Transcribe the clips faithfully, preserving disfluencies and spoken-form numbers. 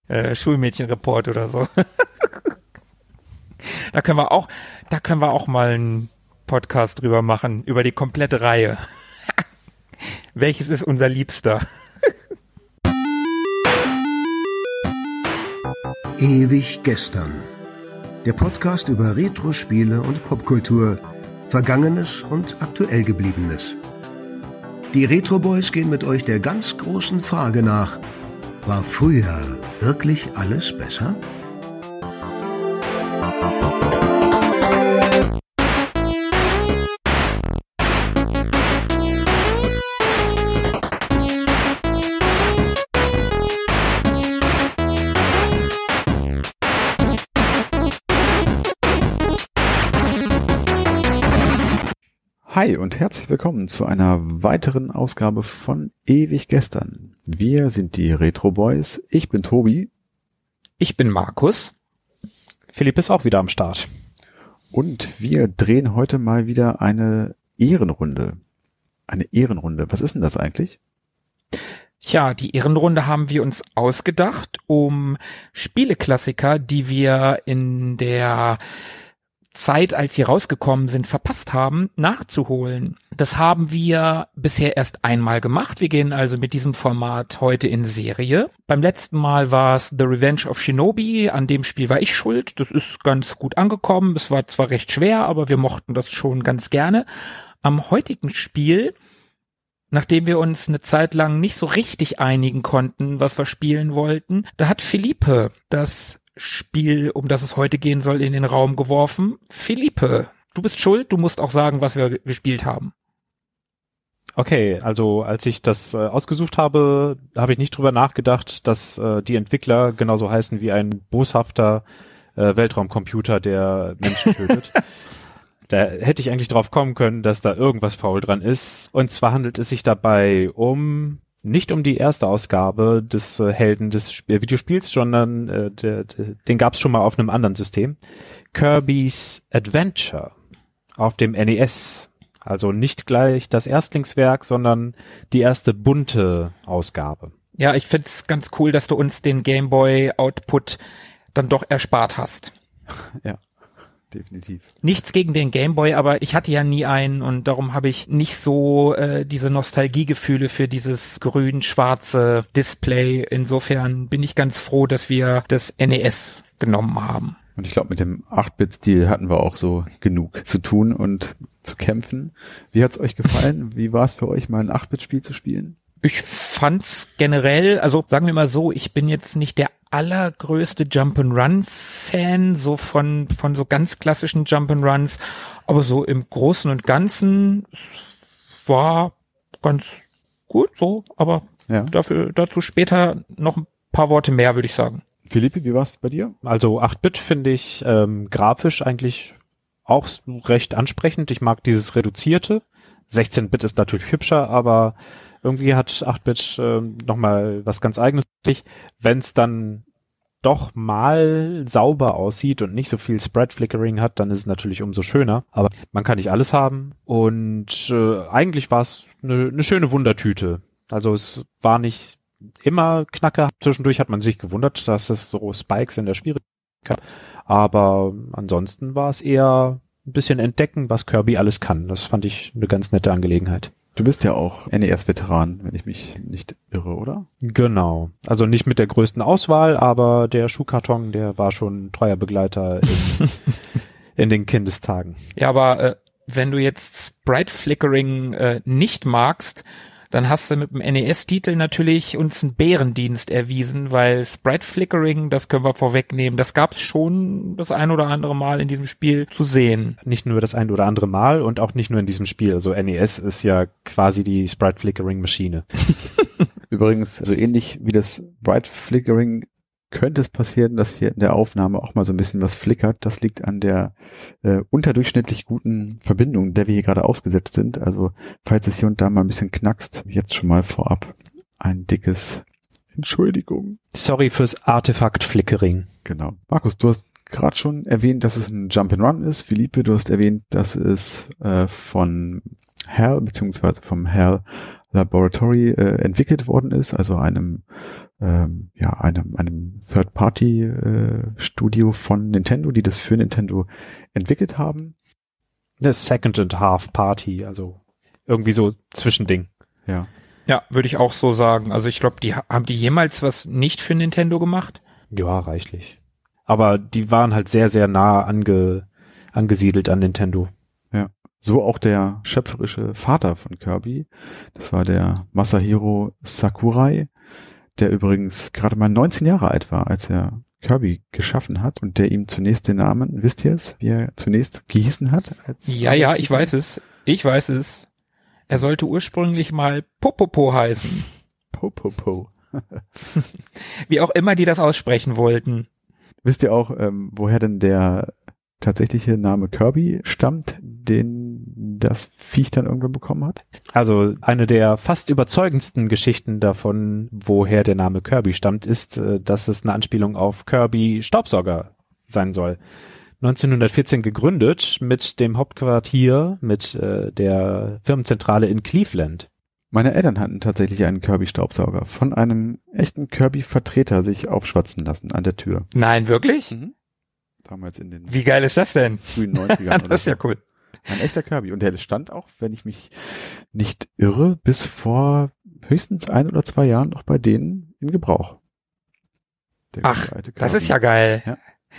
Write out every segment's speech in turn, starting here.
äh, Schulmädchenreport oder so. Da können wir auch, da können wir auch mal einen Podcast drüber machen, über die komplette Reihe. Welches ist unser Liebster? Ewig gestern. Der Podcast über Retro-Spiele und Popkultur, Vergangenes und aktuell Gebliebenes. Die Retro Boys gehen mit euch der ganz großen Frage nach: War früher wirklich alles besser? Hi und herzlich willkommen zu einer weiteren Ausgabe von Ewig gestern. Wir sind die Retro Boys. Ich bin Tobi. Ich bin Markus. Philipp ist auch wieder am Start. Und wir drehen heute mal wieder eine Ehrenrunde. Eine Ehrenrunde. Was ist denn das eigentlich? Ja, die Ehrenrunde haben wir uns ausgedacht, um Spieleklassiker, die wir in der Zeit, als sie rausgekommen sind, verpasst haben, nachzuholen. Das haben wir bisher erst einmal gemacht. Wir gehen also mit diesem Format heute in Serie. Beim letzten Mal war es The Revenge of Shinobi. An dem Spiel war ich schuld. Das ist ganz gut angekommen. Es war zwar recht schwer, aber wir mochten das schon ganz gerne. Am heutigen Spiel, nachdem wir uns eine Zeit lang nicht so richtig einigen konnten, was wir spielen wollten, da hat Philippe das Spiel, um das es heute gehen soll, in den Raum geworfen. Philippe, du bist schuld, du musst auch sagen, was wir gespielt haben. Okay, also als ich das äh, ausgesucht habe, habe ich nicht drüber nachgedacht, dass äh, die Entwickler genauso heißen wie ein boshafter äh, Weltraumcomputer, der Menschen tötet. Da hätte ich eigentlich drauf kommen können, dass da irgendwas faul dran ist. Und zwar handelt es sich dabei um nicht um die erste Ausgabe des äh, Helden des Sp- Videospiels, sondern äh, der, der, den gab es schon mal auf einem anderen System. Kirby's Adventure auf dem N E S. Also nicht gleich das Erstlingswerk, sondern die erste bunte Ausgabe. Ja, ich find's ganz cool, dass du uns den Game Boy Output dann doch erspart hast. Ja. Definitiv. Nichts gegen den Gameboy, aber ich hatte ja nie einen und darum habe ich nicht so äh, diese Nostalgiegefühle für dieses grün-schwarze Display. Insofern bin ich ganz froh, dass wir das N E S genommen haben. Und ich glaube, mit dem acht-Bit-Stil hatten wir auch so genug zu tun und zu kämpfen. Wie hat's euch gefallen? Wie war es für euch, mal ein acht-Bit-Spiel zu spielen? Ich fand's generell, also sagen wir mal so, ich bin jetzt nicht der allergrößte Jump'n'Run-Fan, so von von so ganz klassischen Jump'n'Runs, aber so im Großen und Ganzen war ganz gut so, aber ja. dafür dazu später noch ein paar Worte mehr, würde ich sagen. Philippe, wie war's bei dir? Also acht-Bit finde ich ähm, grafisch eigentlich auch recht ansprechend. Ich mag dieses Reduzierte. sechzehn-Bit ist natürlich hübscher, aber irgendwie hat acht-Bit äh, nochmal was ganz Eigenes. Wenn es dann doch mal sauber aussieht und nicht so viel Spread-Flickering hat, dann ist es natürlich umso schöner. Aber man kann nicht alles haben. Und äh, eigentlich war es eine ne schöne Wundertüte. Also es war nicht immer Knacker. Zwischendurch hat man sich gewundert, dass es so Spikes in der Schwierigkeit gab. Aber ansonsten war es eher ein bisschen entdecken, was Kirby alles kann. Das fand ich eine ganz nette Angelegenheit. Du bist ja auch N E S-Veteran, wenn ich mich nicht irre, oder? Genau. Also nicht mit der größten Auswahl, aber der Schuhkarton, der war schon ein treuer Begleiter in, in den Kindestagen. Ja, aber äh, wenn du jetzt Sprite Flickering äh, nicht magst, dann hast du mit dem N E S-Titel natürlich uns einen Bärendienst erwiesen, weil Sprite Flickering, das können wir vorwegnehmen, das gab es schon das ein oder andere Mal in diesem Spiel zu sehen. Nicht nur das ein oder andere Mal und auch nicht nur in diesem Spiel. Also N E S ist ja quasi die Sprite Flickering Maschine. Übrigens, so ähnlich wie das Sprite Flickering könnte es passieren, dass hier in der Aufnahme auch mal so ein bisschen was flickert. Das liegt an der äh, unterdurchschnittlich guten Verbindung, der wir hier gerade ausgesetzt sind. Also falls es hier und da mal ein bisschen knackst, jetzt schon mal vorab ein dickes Entschuldigung. Sorry fürs Artefakt-Flickering. Genau. Markus, du hast gerade schon erwähnt, dass es ein Jump'n'Run ist. Philippe, du hast erwähnt, dass es äh, von H A L beziehungsweise vom H A L Laboratory äh, entwickelt worden ist, also einem ähm, ja, einem, einem Third-Party-Studio äh, von Nintendo, die das für Nintendo entwickelt haben. Das Second and Half Party, also irgendwie so Zwischending. Ja. Ja, würde ich auch so sagen. Also ich glaube, die haben die jemals was nicht für Nintendo gemacht? Ja, reichlich. Aber die waren halt sehr, sehr nah ange, angesiedelt an Nintendo. Ja. So auch der schöpferische Vater von Kirby. Das war der Masahiro Sakurai, der übrigens gerade mal neunzehn Jahre alt war, als er Kirby geschaffen hat und der ihm zunächst den Namen, wisst ihr es, wie er zunächst gehießen hat? Als Ja, ja, ich weiß es. Ich weiß es. Er sollte ursprünglich mal Popopo heißen. Popopo. Wie auch immer die das aussprechen wollten. Wisst ihr auch, ähm, woher denn der tatsächliche Name Kirby stammt, den das Viech dann irgendwann bekommen hat? Also eine der fast überzeugendsten Geschichten davon, woher der Name Kirby stammt, ist, dass es eine Anspielung auf Kirby Staubsauger sein soll. neunzehnhundertvierzehn gegründet mit dem Hauptquartier, mit äh, der Firmenzentrale in Cleveland. Meine Eltern hatten tatsächlich einen Kirby-Staubsauger von einem echten Kirby-Vertreter sich aufschwatzen lassen an der Tür. Nein, wirklich? Mhm. Damals in den Wie geil ist das denn? frühen neunzigern. Das ist ja cool. Ein echter Kirby. Und der stand auch, wenn ich mich nicht irre, bis vor höchstens ein oder zwei Jahren noch bei denen in Gebrauch. Der Ach, alte Kirby. das ist ja geil. Ja.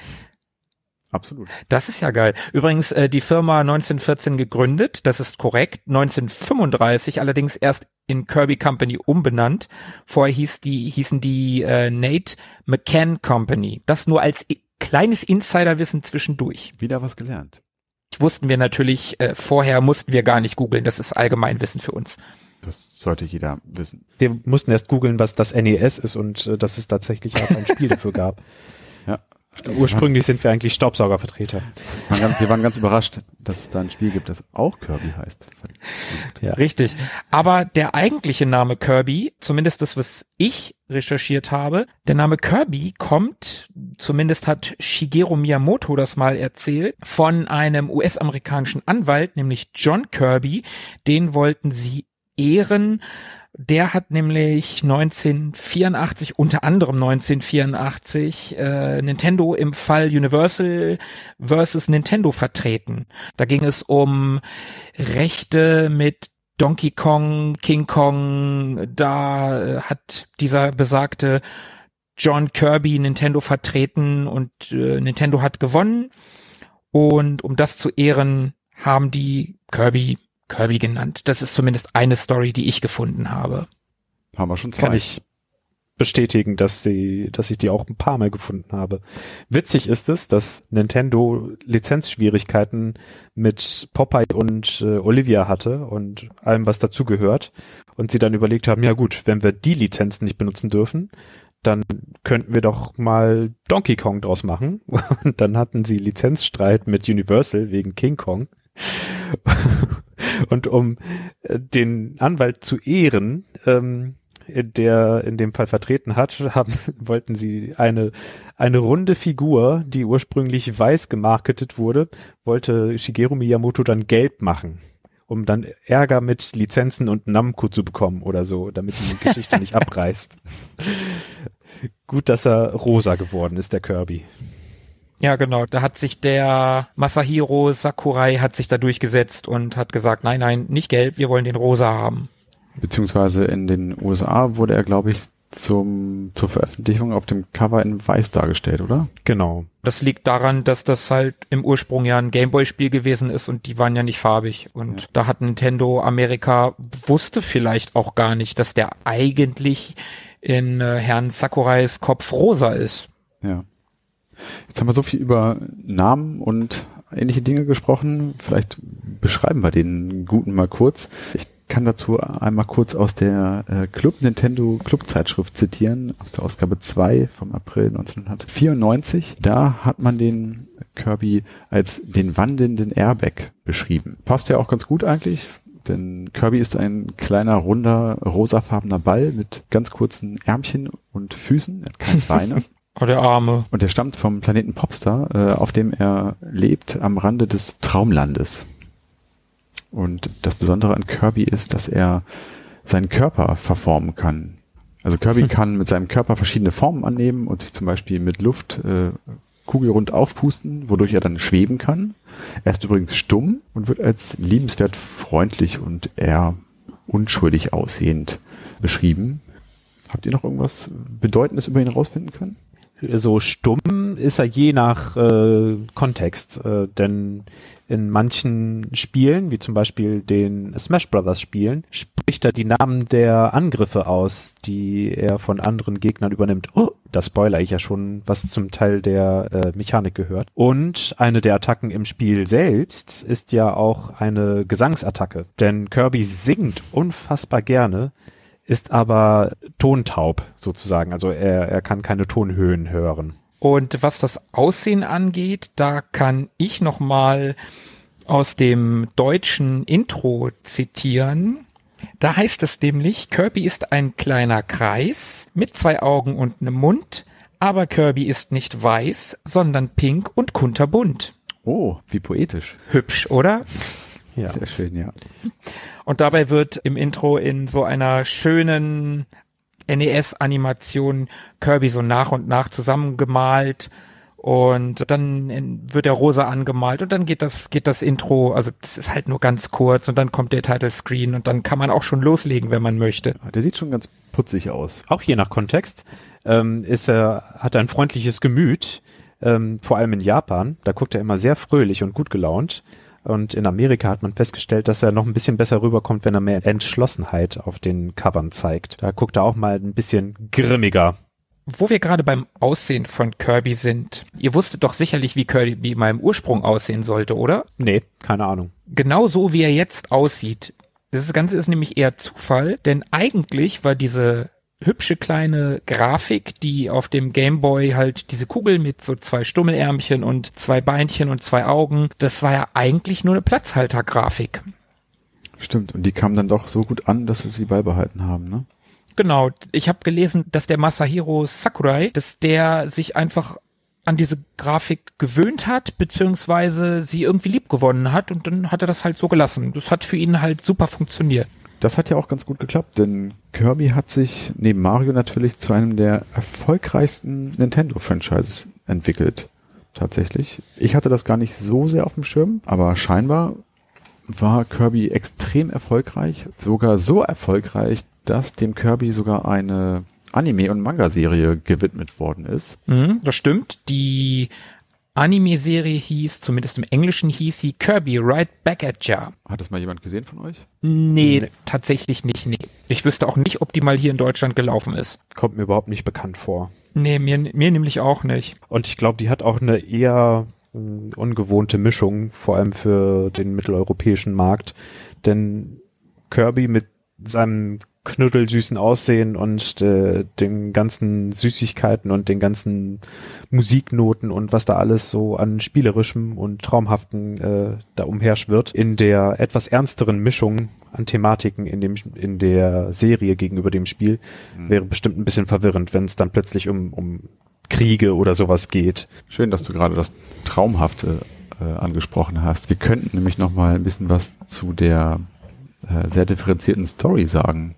Absolut. Das ist ja geil. Übrigens, äh, die Firma neunzehnhundertvierzehn gegründet, das ist korrekt, neunzehnhundertfünfunddreißig allerdings erst in Kirby Company umbenannt. Vorher hieß die, hießen die äh, Nate McCann Company. Das nur als i- kleines Insiderwissen zwischendurch. Wieder was gelernt. Wussten wir natürlich, äh, vorher mussten wir gar nicht googeln, das ist Allgemeinwissen für uns. Das sollte jeder wissen. Wir mussten erst googeln, was das N E S ist und äh, dass es tatsächlich auch ein Spiel dafür gab. Ja. Ursprünglich sind wir eigentlich Staubsaugervertreter. Wir waren, ganz, wir waren ganz überrascht, dass es da ein Spiel gibt, das auch Kirby heißt. Ja. Richtig. Aber der eigentliche Name Kirby, zumindest das, was ich recherchiert habe, der Name Kirby kommt, zumindest hat Shigeru Miyamoto das mal erzählt, von einem U S-amerikanischen Anwalt, nämlich John Kirby. Den wollten sie ehren. Der hat nämlich neunzehnhundertvierundachtzig, unter anderem neunzehnhundertvierundachtzig, äh, Nintendo im Fall Universal versus Nintendo vertreten. Da ging es um Rechte mit Donkey Kong, King Kong. Da äh, hat dieser besagte John Kirby Nintendo vertreten und äh, Nintendo hat gewonnen. Und um das zu ehren, haben die Kirby Kirby genannt. Das ist zumindest eine Story, die ich gefunden habe. Haben wir schon zwei. Kann ich bestätigen, dass die, dass ich die auch ein paar Mal gefunden habe. Witzig ist es, dass Nintendo Lizenzschwierigkeiten mit Popeye und äh, Olivia hatte und allem, was dazugehört. Und sie dann überlegt haben, ja gut, wenn wir die Lizenzen nicht benutzen dürfen, dann könnten wir doch mal Donkey Kong draus machen. Und dann hatten sie Lizenzstreit mit Universal wegen King Kong. Und um äh, den Anwalt zu ehren, ähm, der in dem Fall vertreten hat, haben, wollten sie eine, eine runde Figur, die ursprünglich weiß gemarketet wurde, wollte Shigeru Miyamoto dann gelb machen, um dann Ärger mit Lizenzen und Namco zu bekommen oder so, damit die Geschichte nicht abreißt. Gut, dass er rosa geworden ist, der Kirby. Ja, genau. Da hat sich der Masahiro Sakurai hat sich da durchgesetzt und hat gesagt, nein, nein, nicht gelb, wir wollen den rosa haben. Beziehungsweise in den U S A wurde er, glaube ich, zum, zur Veröffentlichung auf dem Cover in weiß dargestellt, oder? Genau. Das liegt daran, dass das halt im Ursprung ja ein Gameboy-Spiel gewesen ist und die waren ja nicht farbig. Und Ja. da hat Nintendo Amerika, wusste vielleicht auch gar nicht, dass der eigentlich in äh, Herrn Sakurais Kopf rosa ist. Ja. Jetzt haben wir so viel über Namen und ähnliche Dinge gesprochen. Vielleicht beschreiben wir den guten mal kurz. Ich kann dazu einmal kurz aus der äh, Club Nintendo Clubzeitschrift zitieren, aus der Ausgabe zwei vom April neunzehnhundertvierundneunzig. Da hat man den Kirby als den wandelnden Airbag beschrieben. Passt ja auch ganz gut eigentlich, denn Kirby ist ein kleiner, runder, rosafarbener Ball mit ganz kurzen Ärmchen und Füßen, er hat keine Beine. Oh, der Arme. Und der stammt vom Planeten Popstar, äh, auf dem er lebt, am Rande des Traumlandes. Und das Besondere an Kirby ist, dass er seinen Körper verformen kann. Also Kirby kann mit seinem Körper verschiedene Formen annehmen und sich zum Beispiel mit Luft äh, kugelrund aufpusten, wodurch er dann schweben kann. Er ist übrigens stumm und wird als liebenswert freundlich und eher unschuldig aussehend beschrieben. Habt ihr noch irgendwas Bedeutendes über ihn rausfinden können? So stumm ist er je nach äh, Kontext, äh, denn in manchen Spielen, wie zum Beispiel den Smash Brothers Spielen, spricht er die Namen der Angriffe aus, die er von anderen Gegnern übernimmt. Oh, da spoilere ich ja schon, was zum Teil der äh, Mechanik gehört. Und eine der Attacken im Spiel selbst ist ja auch eine Gesangsattacke, denn Kirby singt unfassbar gerne, ist aber tontaub sozusagen, also er, er kann keine Tonhöhen hören. Und was das Aussehen angeht, da kann ich noch mal aus dem deutschen Intro zitieren. Da heißt es nämlich, Kirby ist ein kleiner Kreis mit zwei Augen und einem Mund, aber Kirby ist nicht weiß, sondern pink und kunterbunt. Oh, wie poetisch. Hübsch, oder? Ja. Sehr schön, ja. Und dabei wird im Intro in so einer schönen N E S-Animation Kirby so nach und nach zusammengemalt und dann wird der rosa angemalt und dann geht das geht das Intro, also das ist halt nur ganz kurz und dann kommt der Title Screen und dann kann man auch schon loslegen, wenn man möchte. Der sieht schon ganz putzig aus. Auch je nach Kontext ähm, ist er hat er ein freundliches Gemüt, ähm, vor allem in Japan, da guckt er immer sehr fröhlich und gut gelaunt. Und in Amerika hat man festgestellt, dass er noch ein bisschen besser rüberkommt, wenn er mehr Entschlossenheit auf den Covern zeigt. Da guckt er auch mal ein bisschen grimmiger. Wo wir gerade beim Aussehen von Kirby sind. Ihr wusstet doch sicherlich, wie Kirby mal im Ursprung aussehen sollte, oder? Nee, keine Ahnung. Genau so, wie er jetzt aussieht. Das Ganze ist nämlich eher Zufall, denn eigentlich war diese hübsche kleine Grafik, die auf dem Gameboy halt diese Kugel mit so zwei Stummelärmchen und zwei Beinchen und zwei Augen, das war ja eigentlich nur eine Platzhaltergrafik. Stimmt, und die kam dann doch so gut an, dass sie sie beibehalten haben, ne? Genau, ich habe gelesen, dass der Masahiro Sakurai, dass der sich einfach an diese Grafik gewöhnt hat, beziehungsweise sie irgendwie liebgewonnen hat und dann hat er das halt so gelassen. Das hat für ihn halt super funktioniert. Das hat ja auch ganz gut geklappt, denn Kirby hat sich neben Mario natürlich zu einem der erfolgreichsten Nintendo-Franchises entwickelt. Tatsächlich. Ich hatte das gar nicht so sehr auf dem Schirm, aber scheinbar war Kirby extrem erfolgreich. Sogar so erfolgreich, dass dem Kirby sogar eine Anime- und Manga-Serie gewidmet worden ist. Mhm, das stimmt. Die Anime-Serie hieß, zumindest im Englischen hieß sie Kirby Right Back at Ya. Hat das mal jemand gesehen von euch? Nee, nee, tatsächlich nicht, nee. Ich wüsste auch nicht, ob die mal hier in Deutschland gelaufen ist. Kommt mir überhaupt nicht bekannt vor. Nee, mir, mir nämlich auch nicht. Und ich glaube, die hat auch eine eher mh, ungewohnte Mischung, vor allem für den mitteleuropäischen Markt. Denn Kirby mit seinem knuddelsüßen Aussehen und äh, den ganzen Süßigkeiten und den ganzen Musiknoten und was da alles so an spielerischem und traumhaften äh, da umherschwirrt, in der etwas ernsteren Mischung an Thematiken in dem in der Serie gegenüber dem Spiel, mhm. wäre bestimmt ein bisschen verwirrend, wenn es dann plötzlich um um Kriege oder sowas geht. Schön, dass du gerade das Traumhafte äh, angesprochen hast. Wir könnten nämlich noch mal ein bisschen was zu der äh, sehr differenzierten Story sagen.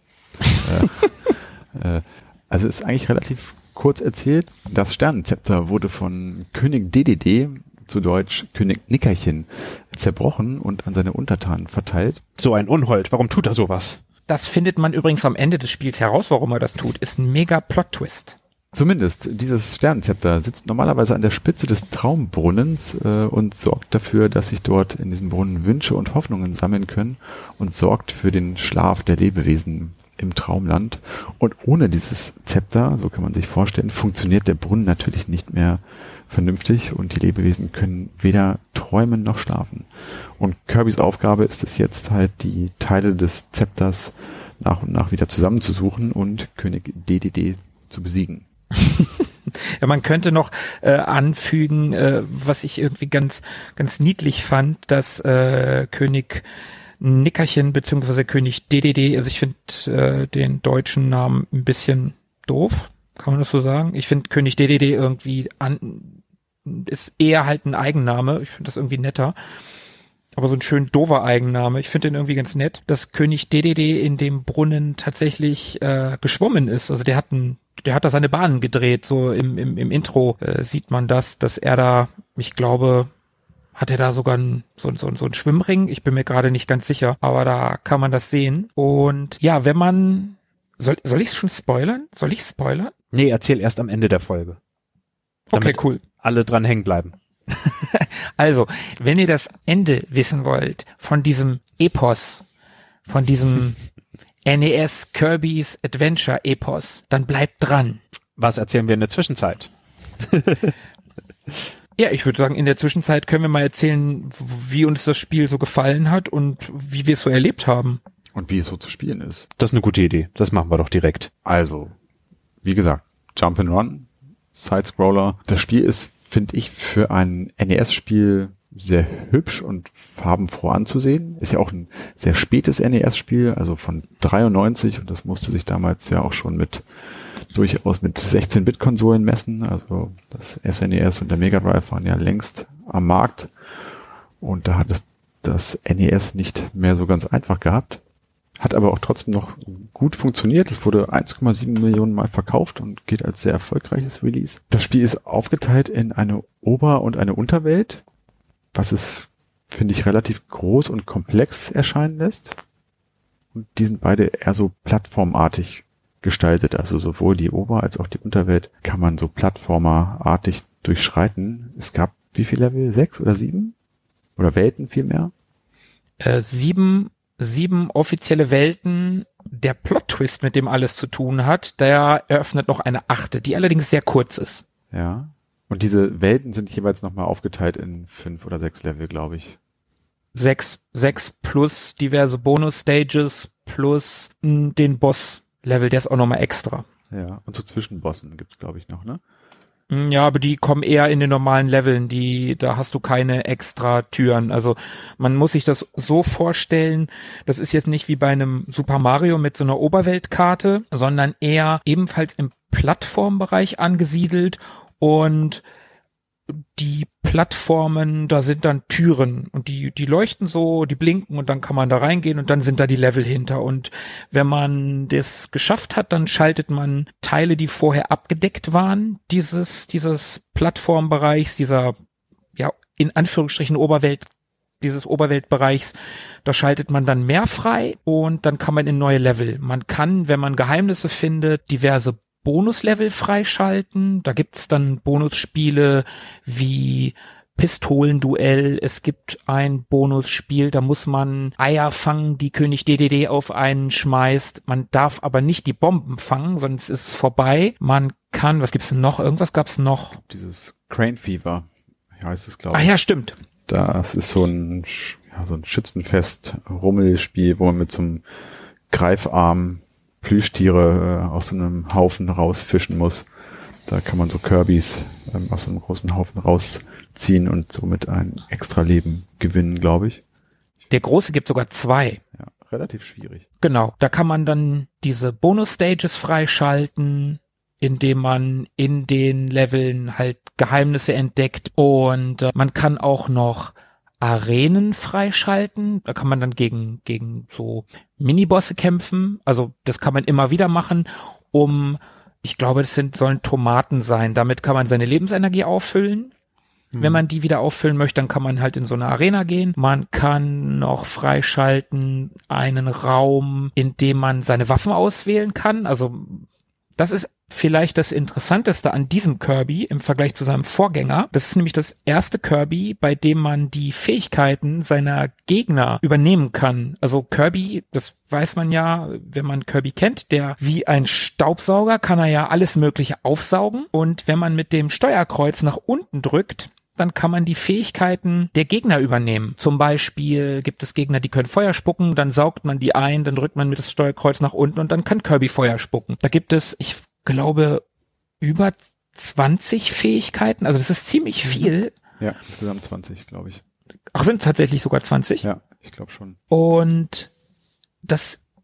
äh, äh, also ist eigentlich relativ kurz erzählt. Das Sternenzepter wurde von König Dedede, zu Deutsch König Nickerchen, zerbrochen und an seine Untertanen verteilt. So ein Unhold, warum tut er sowas? Das findet man übrigens am Ende des Spiels heraus, warum er das tut. Ist ein mega Plot-Twist. Zumindest, dieses Sternenzepter sitzt normalerweise an der Spitze des Traumbrunnens äh, und sorgt dafür, dass sich dort in diesem Brunnen Wünsche und Hoffnungen sammeln können und sorgt für den Schlaf der Lebewesen im Traumland. Und ohne dieses Zepter, so kann man sich vorstellen, funktioniert der Brunnen natürlich nicht mehr vernünftig und die Lebewesen können weder träumen noch schlafen. Und Kirbys Aufgabe ist es jetzt halt, die Teile des Zepters nach und nach wieder zusammenzusuchen und König Dedede zu besiegen. Ja, man könnte noch äh, anfügen, äh, was ich irgendwie ganz ganz niedlich fand, dass äh, König Nickerchen beziehungsweise König Dedede, also ich finde äh, den deutschen Namen ein bisschen doof, kann man das so sagen? Ich finde König Dedede irgendwie an, ist eher halt ein Eigenname, ich finde das irgendwie netter. aber so ein schön doofer Eigenname. Ich finde den irgendwie ganz nett, dass König Dedede in dem Brunnen tatsächlich äh, geschwommen ist. Also der hat ein, der hat da seine Bahnen gedreht. So im, im, im Intro äh, sieht man das, dass er da, ich glaube, hat er da sogar ein, so, so, so ein Schwimmring? Ich bin mir gerade nicht ganz sicher, aber da kann man das sehen. Und ja, wenn man, soll, soll ich es schon spoilern? Soll ich spoilern? Nee, erzähl erst am Ende der Folge. Okay, cool. Alle dran hängen bleiben. Also, wenn ihr das Ende wissen wollt von diesem Epos, von diesem N E S Kirby's Adventure Epos, dann bleibt dran. Was erzählen wir in der Zwischenzeit? Ja, ich würde sagen, in der Zwischenzeit können wir mal erzählen, wie uns das Spiel so gefallen hat und wie wir es so erlebt haben. Und wie es so zu spielen ist. Das ist eine gute Idee. Das machen wir doch direkt. Also, wie gesagt, Jump'n'Run, Side-Scroller. Das Spiel ist, finde ich, für ein N E S-Spiel sehr hübsch und farbenfroh anzusehen. Ist ja auch ein sehr spätes N E S-Spiel, also von dreiundneunzig, und das musste sich damals ja auch schon mit durchaus mit sechzehn-Bit-Konsolen messen. Also das S N E S und der Mega Drive waren ja längst am Markt, und da hat es das N E S nicht mehr so ganz einfach gehabt. Hat aber auch trotzdem noch gut funktioniert. Es wurde eins Komma sieben Millionen Mal verkauft und geht als sehr erfolgreiches Release. Das Spiel ist aufgeteilt in eine Ober- und eine Unterwelt, was es, finde ich, relativ groß und komplex erscheinen lässt. Und die sind beide eher so plattformartig gestaltet. Also sowohl die Ober- als auch die Unterwelt kann man so plattformerartig durchschreiten. Es gab wie viele Level? Sechs oder sieben? Oder Welten vielmehr? Äh, sieben Sieben offizielle Welten. Der Plot-Twist, mit dem alles zu tun hat, der eröffnet noch eine achte, die allerdings sehr kurz ist. Ja. Und diese Welten sind jeweils nochmal aufgeteilt in fünf oder sechs Level, glaube ich. Sechs, sechs plus diverse Bonus-Stages plus mh, den Boss-Level, der ist auch nochmal extra. Ja, und so Zwischenbossen gibt's, glaube ich, noch, ne? Ja, aber die kommen eher in den normalen Leveln, die, da hast du keine extra Türen. Also man muss sich das so vorstellen, das ist jetzt nicht wie bei einem Super Mario mit so einer Oberweltkarte, sondern eher ebenfalls im Plattformbereich angesiedelt, und die Plattformen, da sind dann Türen und die, die leuchten so, die blinken, und dann kann man da reingehen und dann sind da die Level hinter. Und wenn man das geschafft hat, dann schaltet man Teile, die vorher abgedeckt waren, dieses, dieses Plattformbereichs, dieser, ja, in Anführungsstrichen Oberwelt, dieses Oberweltbereichs, da schaltet man dann mehr frei und dann kann man in neue Level. Man kann, wenn man Geheimnisse findet, diverse Bonuslevel freischalten. Da gibt's dann Bonusspiele wie Pistolenduell. Es gibt ein Bonusspiel, da muss man Eier fangen, die König Dedede auf einen schmeißt. Man darf aber nicht die Bomben fangen, sonst ist es vorbei. Man kann, was gibt's denn noch? Irgendwas gab's noch. Dieses Crane Fever heißt es, glaube ich. Ah ja, stimmt. Das ist so ein, ja, so ein Schützenfest-Rummelspiel, wo man mit so einem Greifarm Plüschtiere äh, aus so einem Haufen rausfischen muss. Da kann man so Kirbys ähm, aus so einem großen Haufen rausziehen und somit ein extra Leben gewinnen, glaube ich. Der große gibt sogar zwei. Ja, relativ schwierig. Genau, da kann man dann diese Bonus-Stages freischalten, indem man in den Leveln halt Geheimnisse entdeckt, und äh, man kann auch noch Arenen freischalten. Da kann man dann gegen gegen so Minibosse kämpfen. Also das kann man immer wieder machen, um, ich glaube, das sind sollen Tomaten sein. Damit kann man seine Lebensenergie auffüllen. Hm. Wenn man die wieder auffüllen möchte, dann kann man halt in so eine Arena gehen. Man kann noch freischalten einen Raum, in dem man seine Waffen auswählen kann. Also das ist vielleicht das Interessanteste an diesem Kirby im Vergleich zu seinem Vorgänger. Das ist nämlich das erste Kirby, bei dem man die Fähigkeiten seiner Gegner übernehmen kann. Also Kirby, das weiß man ja, wenn man Kirby kennt, der wie ein Staubsauger kann er ja alles Mögliche aufsaugen. Und wenn man mit dem Steuerkreuz nach unten drückt, dann kann man die Fähigkeiten der Gegner übernehmen. Zum Beispiel gibt es Gegner, die können Feuer spucken, dann saugt man die ein, dann drückt man mit das Steuerkreuz nach unten und dann kann Kirby Feuer spucken. Da gibt es, ich glaube, über zwanzig Fähigkeiten, also das ist ziemlich viel. Ja, insgesamt zwanzig, glaube ich. Ach, sind tatsächlich sogar zwanzig? Ja, ich glaube schon. Und das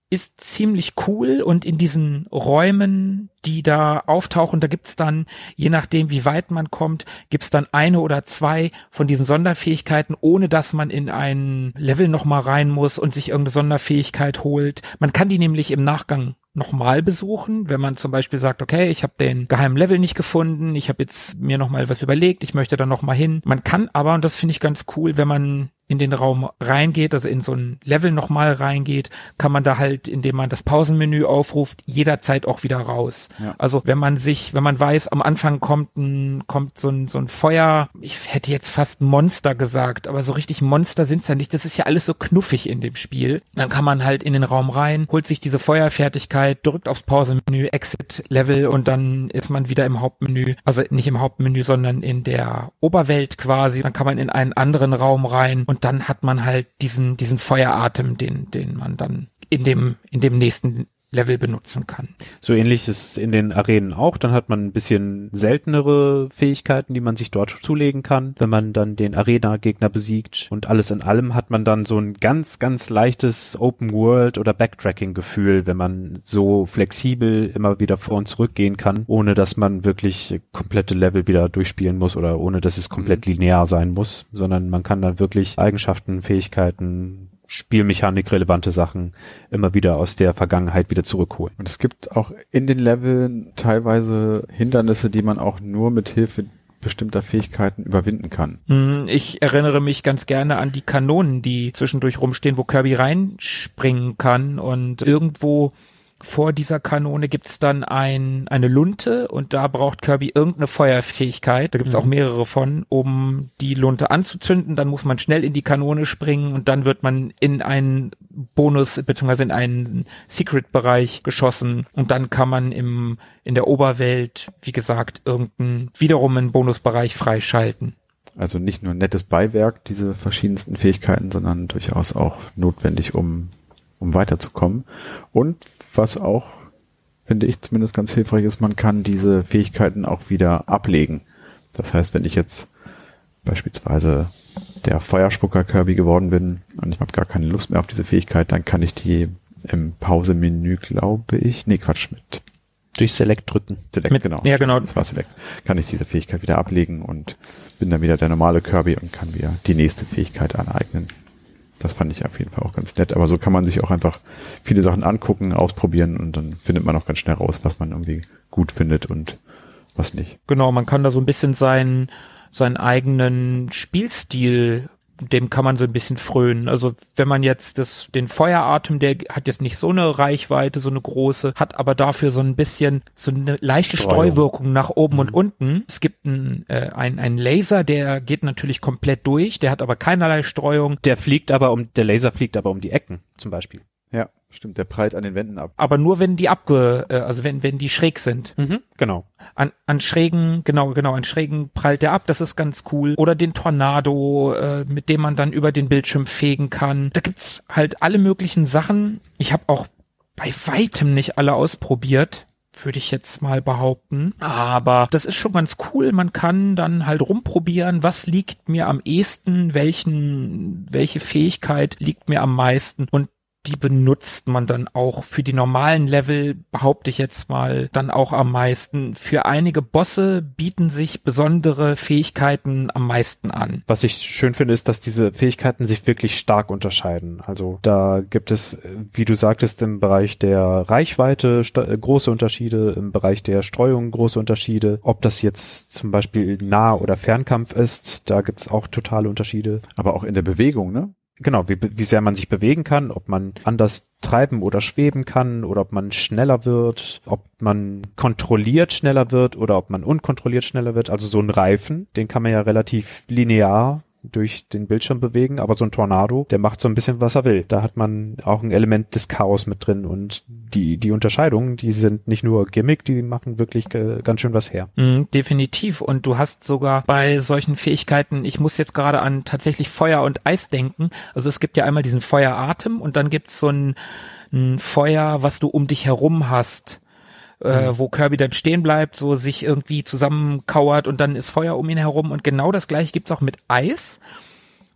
ist ziemlich cool und in diesen Räumen, die da auftauchen, da gibt's dann, je nachdem wie weit man kommt, gibt's dann eine oder zwei von diesen Sonderfähigkeiten, ohne dass man in ein Level nochmal rein muss und sich irgendeine Sonderfähigkeit holt. Man kann die nämlich im Nachgang nochmal besuchen, wenn man zum Beispiel sagt, okay, ich habe den geheimen Level nicht gefunden, ich habe jetzt mir nochmal was überlegt, ich möchte da nochmal hin. Man kann aber, und das finde ich ganz cool, wenn man in den Raum reingeht, also in so ein Level nochmal reingeht, kann man da halt, indem man das Pausenmenü aufruft, jederzeit auch wieder raus. Ja. Also wenn man sich, wenn man weiß, am Anfang kommt ein, kommt so ein, so ein Feuer, ich hätte jetzt fast Monster gesagt, aber so richtig Monster sind's ja nicht, das ist ja alles so knuffig in dem Spiel. Dann kann man halt in den Raum rein, holt sich diese Feuerfertigkeit, drückt aufs Pausenmenü, Exit Level und dann ist man wieder im Hauptmenü, also nicht im Hauptmenü, sondern in der Oberwelt quasi. Dann kann man in einen anderen Raum rein und dann hat man halt diesen diesen Feueratem, den den man dann in dem in dem nächsten Level benutzen kann. So ähnlich ist in den Arenen auch. Dann hat man ein bisschen seltenere Fähigkeiten, die man sich dort zulegen kann, wenn man dann den Arena-Gegner besiegt. Und alles in allem hat man dann so ein ganz, ganz leichtes Open-World- oder Backtracking-Gefühl, wenn man so flexibel immer wieder vor und zurück gehen kann, ohne dass man wirklich komplette Level wieder durchspielen muss oder ohne dass es komplett linear sein muss, sondern man kann dann wirklich Eigenschaften, Fähigkeiten, Spielmechanik relevante Sachen immer wieder aus der Vergangenheit wieder zurückholen. Und es gibt auch in den Leveln teilweise Hindernisse, die man auch nur mit Hilfe bestimmter Fähigkeiten überwinden kann. Ich erinnere mich ganz gerne an die Kanonen, die zwischendurch rumstehen, wo Kirby reinspringen kann und irgendwo vor dieser Kanone gibt's dann ein eine Lunte und da braucht Kirby irgendeine Feuerfähigkeit. Da gibt's mhm. auch mehrere von, um die Lunte anzuzünden. Dann muss man schnell in die Kanone springen und dann wird man in einen Bonus bzw. in einen Secret-Bereich geschossen und dann kann man im in der Oberwelt, wie gesagt, irgendeinen wiederum einen Bonusbereich freischalten. Also nicht nur nettes Beiwerk, diese verschiedensten Fähigkeiten, sondern durchaus auch notwendig, um um weiterzukommen. Und was auch, finde ich zumindest ganz hilfreich ist, man kann diese Fähigkeiten auch wieder ablegen. Das heißt, wenn ich jetzt beispielsweise der Feuerspucker Kirby geworden bin und ich habe gar keine Lust mehr auf diese Fähigkeit, dann kann ich die im Pausemenü, glaube ich, nee, Quatsch, mit durch Select drücken. Select, mit, genau. Ja, genau. Das war Select. Kann ich diese Fähigkeit wieder ablegen und bin dann wieder der normale Kirby und kann wieder die nächste Fähigkeit aneignen. Das fand ich auf jeden Fall auch ganz nett. Aber so kann man sich auch einfach viele Sachen angucken, ausprobieren und dann findet man auch ganz schnell raus, was man irgendwie gut findet und was nicht. Genau, man kann da so ein bisschen seinen, seinen eigenen Spielstil, dem kann man so ein bisschen frönen. Also wenn man jetzt das, den Feueratem, der hat jetzt nicht so eine Reichweite, so eine große, hat aber dafür so ein bisschen, so eine leichte Streuung. Streuwirkung nach oben Mhm. und unten. Es gibt einen, äh, ein, einen Laser, der geht natürlich komplett durch, der hat aber keinerlei Streuung. Der fliegt aber um, der Laser fliegt aber um die Ecken, zum Beispiel. Ja, stimmt, der prallt an den Wänden ab. Aber nur wenn die abge, äh, also wenn, wenn die schräg sind. Mhm, genau. An, an schrägen, genau, genau, an schrägen prallt der ab, das ist ganz cool. Oder den Tornado, äh, mit dem man dann über den Bildschirm fegen kann. Da gibt's halt alle möglichen Sachen. Ich habe auch bei weitem nicht alle ausprobiert, würde ich jetzt mal behaupten. Aber das ist schon ganz cool. Man kann dann halt rumprobieren, was liegt mir am ehesten, welchen, welche Fähigkeit liegt mir am meisten und die benutzt man dann auch für die normalen Level, behaupte ich jetzt mal, dann auch am meisten. Für einige Bosse bieten sich besondere Fähigkeiten am meisten an. Was ich schön finde, ist, dass diese Fähigkeiten sich wirklich stark unterscheiden. Also da gibt es, wie du sagtest, im Bereich der Reichweite sta- große Unterschiede, im Bereich der Streuung große Unterschiede. Ob das jetzt zum Beispiel Nah- oder Fernkampf ist, da gibt es auch totale Unterschiede. Aber auch in der Bewegung, ne? Genau, wie, wie sehr man sich bewegen kann, ob man anders treiben oder schweben kann oder ob man schneller wird, ob man kontrolliert schneller wird oder ob man unkontrolliert schneller wird. Also so ein Reifen, den kann man ja relativ linear durch den Bildschirm bewegen, aber so ein Tornado, der macht so ein bisschen, was er will. Da hat man auch ein Element des Chaos mit drin und die die Unterscheidungen, die sind nicht nur Gimmick, die machen wirklich äh, ganz schön was her. Mm, definitiv. Und du hast sogar bei solchen Fähigkeiten, ich muss jetzt gerade an tatsächlich Feuer und Eis denken. Also es gibt ja einmal diesen Feueratem und dann gibt's so ein, ein Feuer, was du um dich herum hast. Äh, wo Kirby dann stehen bleibt, so sich irgendwie zusammenkauert und dann ist Feuer um ihn herum und genau das gleiche gibt's auch mit Eis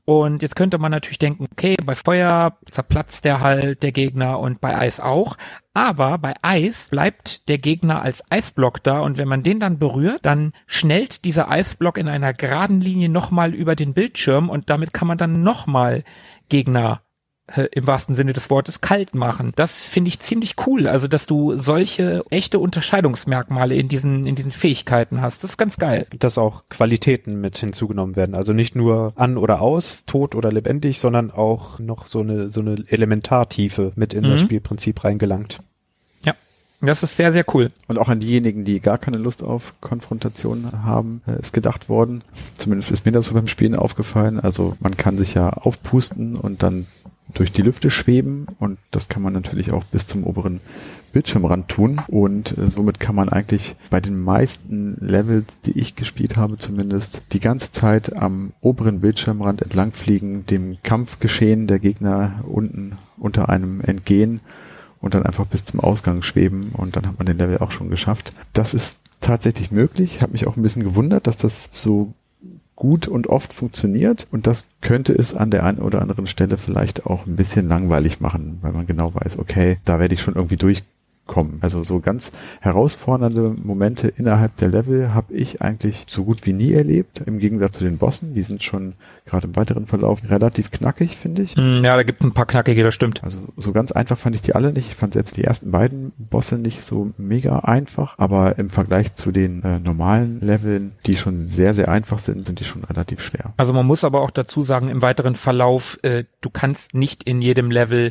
Und jetzt könnte man natürlich denken, okay, bei Feuer zerplatzt der halt, der Gegner, und bei Eis auch. Aber bei Eis bleibt der Gegner als Eisblock da, und wenn man den dann berührt, dann schnellt dieser Eisblock in einer geraden Linie nochmal über den Bildschirm, und damit kann man dann nochmal Gegner äh, im wahrsten Sinne des Wortes kalt machen. Das finde ich ziemlich cool, also dass du solche echte Unterscheidungsmerkmale in diesen in diesen Fähigkeiten hast. Das ist ganz geil. Dass auch Qualitäten mit hinzugenommen werden, also nicht nur an oder aus, tot oder lebendig, sondern auch noch so eine so eine Elementartiefe mit in mhm. das Spielprinzip reingelangt. Ja, das ist sehr, sehr cool. Und auch an diejenigen, die gar keine Lust auf Konfrontation haben, ist gedacht worden. Zumindest ist mir das so beim Spielen aufgefallen. Also man kann sich ja aufpusten und dann durch die Lüfte schweben, und das kann man natürlich auch bis zum oberen Bildschirmrand tun, und äh, somit kann man eigentlich bei den meisten Levels, die ich gespielt habe zumindest, die ganze Zeit am oberen Bildschirmrand entlangfliegen, dem Kampfgeschehen der Gegner unten unter einem entgehen und dann einfach bis zum Ausgang schweben, und dann hat man den Level auch schon geschafft. Das ist tatsächlich möglich. Ich habe mich auch ein bisschen gewundert, dass das so gut und oft funktioniert, und das könnte es an der einen oder anderen Stelle vielleicht auch ein bisschen langweilig machen, weil man genau weiß, okay, da werde ich schon irgendwie durchkommen. Also so ganz herausfordernde Momente innerhalb der Level habe ich eigentlich so gut wie nie erlebt, im Gegensatz zu den Bossen. Die sind schon gerade im weiteren Verlauf relativ knackig, finde ich. Ja, da gibt es ein paar knackige, das stimmt. Also so ganz einfach fand ich die alle nicht. Ich fand selbst die ersten beiden Bosse nicht so mega einfach, aber im Vergleich zu den äh, normalen Leveln, die schon sehr, sehr einfach sind, sind die schon relativ schwer. Also man muss aber auch dazu sagen, im weiteren Verlauf, äh, du kannst nicht in jedem Level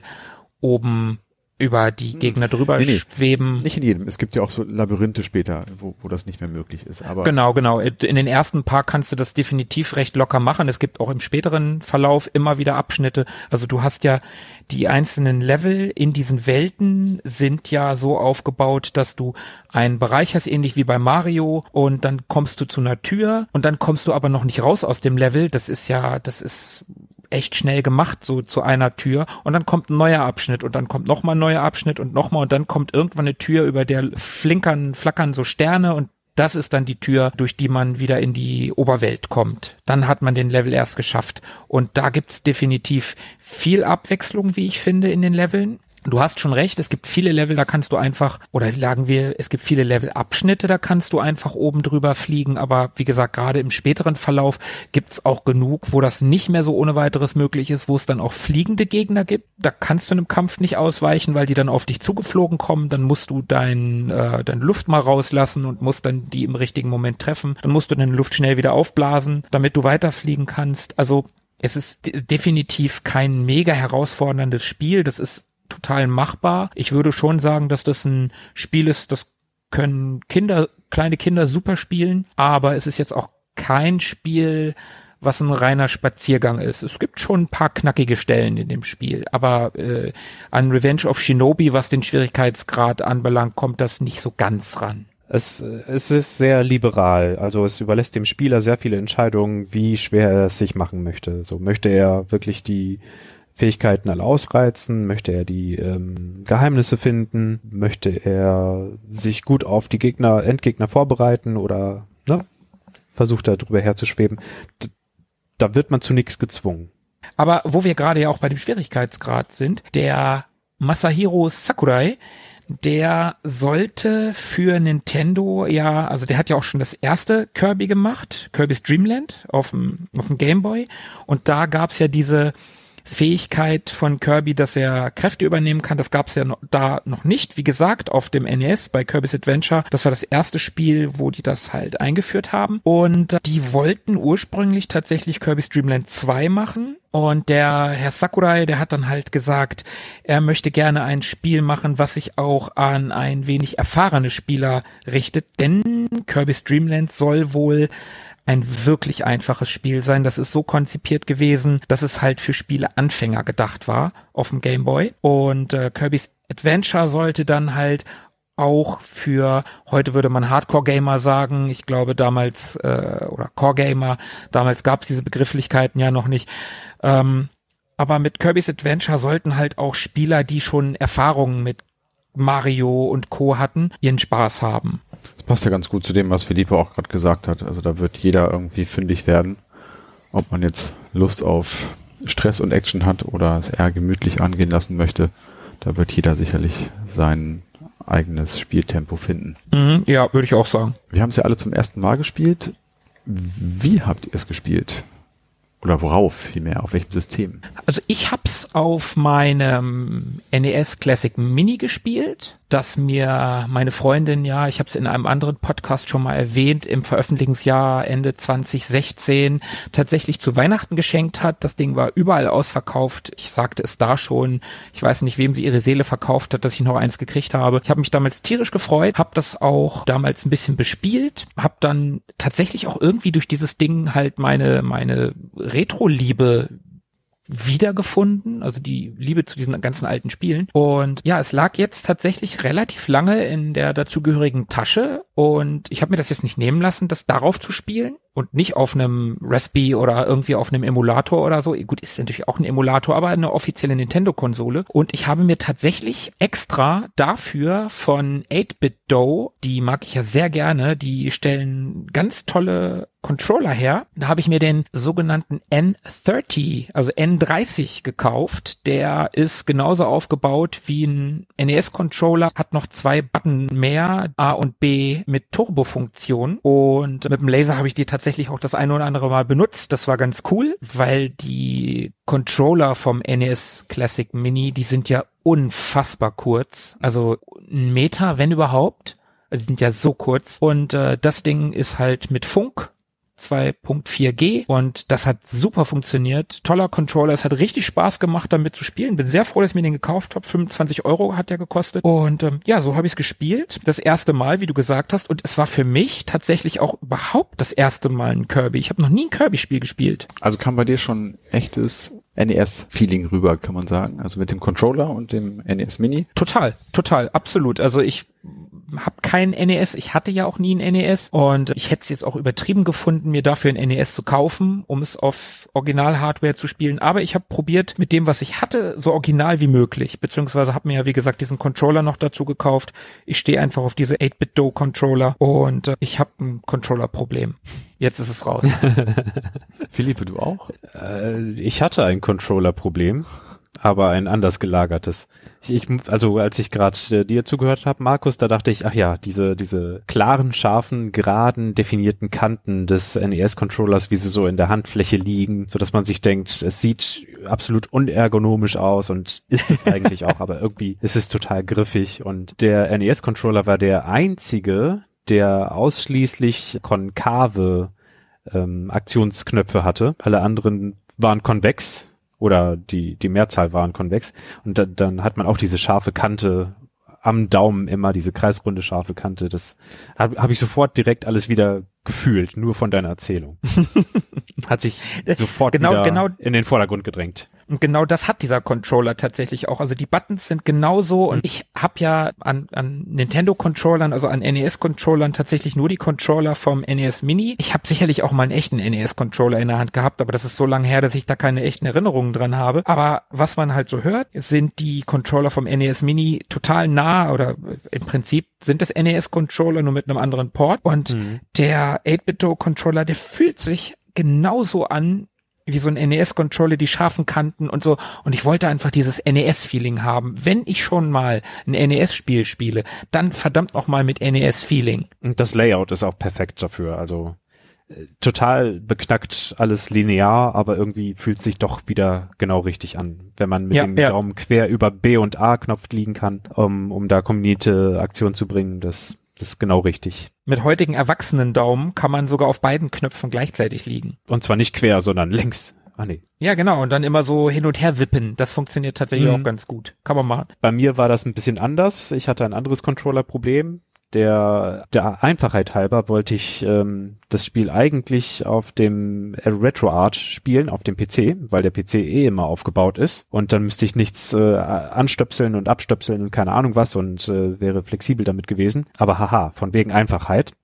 oben über die Gegner drüber nee, nee, schweben. Nicht in jedem. Es gibt ja auch so Labyrinthe später, wo, wo das nicht mehr möglich ist. Aber genau, genau. In den ersten paar kannst du das definitiv recht locker machen. Es gibt auch im späteren Verlauf immer wieder Abschnitte. Also du hast ja die einzelnen Level in diesen Welten sind ja so aufgebaut, dass du einen Bereich hast, ähnlich wie bei Mario, und dann kommst du zu einer Tür, und dann kommst du aber noch nicht raus aus dem Level. Das ist ja, das ist echt schnell gemacht, so zu einer Tür, und dann kommt ein neuer Abschnitt, und dann kommt nochmal ein neuer Abschnitt und nochmal, und dann kommt irgendwann eine Tür, über der flinkern, flackern so Sterne, und das ist dann die Tür, durch die man wieder in die Oberwelt kommt. Dann hat man den Level erst geschafft, und da gibt's definitiv viel Abwechslung, wie ich finde, in den Leveln. Du hast schon recht, es gibt viele Level, da kannst du einfach, oder sagen wir, es gibt viele Levelabschnitte, da kannst du einfach oben drüber fliegen, aber wie gesagt, gerade im späteren Verlauf gibt's auch genug, wo das nicht mehr so ohne weiteres möglich ist, wo es dann auch fliegende Gegner gibt. Da kannst du in einem Kampf nicht ausweichen, weil die dann auf dich zugeflogen kommen, dann musst du dein, äh, deine Luft mal rauslassen und musst dann die im richtigen Moment treffen. Dann musst du deine Luft schnell wieder aufblasen, damit du weiterfliegen kannst. Also es ist de- definitiv kein mega herausforderndes Spiel, das ist total machbar. Ich würde schon sagen, dass das ein Spiel ist, das können Kinder, kleine Kinder super spielen, aber es ist jetzt auch kein Spiel, was ein reiner Spaziergang ist. Es gibt schon ein paar knackige Stellen in dem Spiel, aber äh, an Revenge of Shinobi, was den Schwierigkeitsgrad anbelangt, kommt das nicht so ganz ran. Es, es ist sehr liberal, also es überlässt dem Spieler sehr viele Entscheidungen, wie schwer er es sich machen möchte. So möchte er wirklich die Fähigkeiten alle ausreizen, möchte er die ähm, Geheimnisse finden, möchte er sich gut auf die Gegner, Endgegner vorbereiten oder ne, versucht er drüber herzuschweben. D- da wird man zu nichts gezwungen. Aber wo wir gerade ja auch bei dem Schwierigkeitsgrad sind, der Masahiro Sakurai, der sollte für Nintendo ja, also der hat ja auch schon das erste Kirby gemacht, Kirby's Dream Land auf dem auf dem Game Boy, und da gab's ja diese Fähigkeit von Kirby, dass er Kräfte übernehmen kann, das gab es ja noch, da noch nicht. Wie gesagt, auf dem N E S bei Kirby's Adventure, das war das erste Spiel, wo die das halt eingeführt haben. Und die wollten ursprünglich tatsächlich Kirby's Dream Land zwei machen. Und der Herr Sakurai, der hat dann halt gesagt, er möchte gerne ein Spiel machen, was sich auch an ein wenig erfahrene Spieler richtet. Denn Kirby's Dream Land soll wohl ein wirklich einfaches Spiel sein. Das ist so konzipiert gewesen, dass es halt für Spieleanfänger gedacht war auf dem Game Boy. Und äh, Kirby's Adventure sollte dann halt auch für, heute würde man Hardcore-Gamer sagen, ich glaube damals, äh, oder Core-Gamer, damals gab es diese Begrifflichkeiten ja noch nicht. Ähm, aber mit Kirby's Adventure sollten halt auch Spieler, die schon Erfahrungen mit Mario und Co. hatten, ihren Spaß haben. Das passt ja ganz gut zu dem, was Felipe auch gerade gesagt hat. Also da wird jeder irgendwie fündig werden. Ob man jetzt Lust auf Stress und Action hat oder es eher gemütlich angehen lassen möchte, da wird jeder sicherlich sein eigenes Spieltempo finden. Mhm, ja, würde ich auch sagen. Wir haben es ja alle zum ersten Mal gespielt. Wie habt ihr es gespielt? Oder worauf vielmehr? Auf welchem System? Also ich hab's auf meinem N E S Classic Mini gespielt, das mir meine Freundin, ja, ich habe es in einem anderen Podcast schon mal erwähnt, im Veröffentlichungsjahr Ende zwanzig sechzehn tatsächlich zu Weihnachten geschenkt hat. Das Ding war überall ausverkauft. Ich sagte es da schon. Ich weiß nicht, wem sie ihre Seele verkauft hat, dass ich noch eins gekriegt habe. Ich habe mich damals tierisch gefreut, habe das auch damals ein bisschen bespielt, habe dann tatsächlich auch irgendwie durch dieses Ding halt meine meine Retro-Liebe wiedergefunden, also die Liebe zu diesen ganzen alten Spielen. Und ja, es lag jetzt tatsächlich relativ lange in der dazugehörigen Tasche und ich habe mir das jetzt nicht nehmen lassen, das darauf zu spielen und nicht auf einem Raspberry oder irgendwie auf einem Emulator oder so. Gut, ist natürlich auch ein Emulator, aber eine offizielle Nintendo-Konsole. Und ich habe mir tatsächlich extra dafür von eight-Bit Dough, die mag ich ja sehr gerne, die stellen ganz tolle Controller her. Da habe ich mir den sogenannten N dreißig, also N dreißig gekauft. Der ist genauso aufgebaut wie ein N E S-Controller, hat noch zwei Button mehr, A und B mit Turbo-Funktion. Und mit dem Laser habe ich die tatsächlich auch das eine oder andere Mal benutzt. Das war ganz cool, weil die Controller vom N E S Classic Mini, die sind ja unfassbar kurz. Also ein Meter, wenn überhaupt. Also die sind ja so kurz. Und äh, das Ding ist halt mit Funk zwei Punkt vier G und das hat super funktioniert. Toller Controller, es hat richtig Spaß gemacht, damit zu spielen. Bin sehr froh, dass ich mir den gekauft habe. fünfundzwanzig Euro hat der gekostet und ähm, ja, so habe ich es gespielt. Das erste Mal, wie du gesagt hast, und es war für mich tatsächlich auch überhaupt das erste Mal ein Kirby. Ich habe noch nie ein Kirby-Spiel gespielt. Also kam bei dir schon echtes N E S-Feeling rüber, kann man sagen. Also mit dem Controller und dem N E S Mini. Total, total, absolut. Also ich habe kein N E S, ich hatte ja auch nie ein N E S und ich hätte es jetzt auch übertrieben gefunden, mir dafür ein N E S zu kaufen, um es auf Original-Hardware zu spielen. Aber ich habe probiert, mit dem, was ich hatte, so original wie möglich, beziehungsweise habe mir ja, wie gesagt, diesen Controller noch dazu gekauft. Ich stehe einfach auf diese eight-Bit Dough Controller und äh, ich habe ein Controller-Problem. Jetzt ist es raus. Philippe, du auch? Äh, ich hatte ein Controller-Problem, aber ein anders gelagertes. Ich, ich, also als ich gerade äh, dir zugehört habe, Markus, da dachte ich, ach ja, diese diese klaren, scharfen, geraden, definierten Kanten des N E S-Controllers, wie sie so in der Handfläche liegen, so dass man sich denkt, es sieht absolut unergonomisch aus und ist es eigentlich auch, aber irgendwie ist es total griffig. Und der N E S-Controller war der einzige, der ausschließlich konkave ähm, Aktionsknöpfe hatte. Alle anderen waren konvex. Oder die die Mehrzahl waren konvex. Und da, dann hat man auch diese scharfe Kante am Daumen immer, diese kreisrunde scharfe Kante. Das habe hab ich sofort direkt alles wieder gefühlt, nur von deiner Erzählung. Hat sich sofort genau, wieder genau, in den Vordergrund gedrängt. Und genau das hat dieser Controller tatsächlich auch. Also die Buttons sind genauso und ich habe ja an, an Nintendo-Controllern, also an N E S-Controllern tatsächlich nur die Controller vom N E S Mini. Ich habe sicherlich auch mal einen echten N E S-Controller in der Hand gehabt, aber das ist so lange her, dass ich da keine echten Erinnerungen dran habe. Aber was man halt so hört, sind die Controller vom N E S Mini total nah oder im Prinzip sind das N E S-Controller nur mit einem anderen Port. Und mhm. der eight-Bit Dough-Controller, der fühlt sich genauso an wie so ein N E S-Controller, die scharfen Kanten und so. Und ich wollte einfach dieses N E S-Feeling haben. Wenn ich schon mal ein N E S-Spiel spiele, dann verdammt noch mal mit N E S-Feeling. Und das Layout ist auch perfekt dafür. Also äh, total beknackt, alles linear, aber irgendwie fühlt es sich doch wieder genau richtig an, wenn man mit ja, dem ja. Daumen quer über B und A-Knopf liegen kann, um, um da kombinierte Aktion zu bringen. Das Das ist genau richtig. Mit heutigen erwachsenen Daumen kann man sogar auf beiden Knöpfen gleichzeitig liegen. Und zwar nicht quer, sondern längs. Ah nee. Ja, genau. Und dann immer so hin und her wippen. Das funktioniert tatsächlich mhm. auch ganz gut. Kann man machen. Bei mir war das ein bisschen anders. Ich hatte ein anderes Controller-Problem. Der, der Einfachheit halber wollte ich ähm, das Spiel eigentlich auf dem RetroArch spielen, auf dem P C, weil der P C eh immer aufgebaut ist. Und dann müsste ich nichts äh, anstöpseln und abstöpseln und keine Ahnung was und äh, wäre flexibel damit gewesen. Aber haha, von wegen Einfachheit.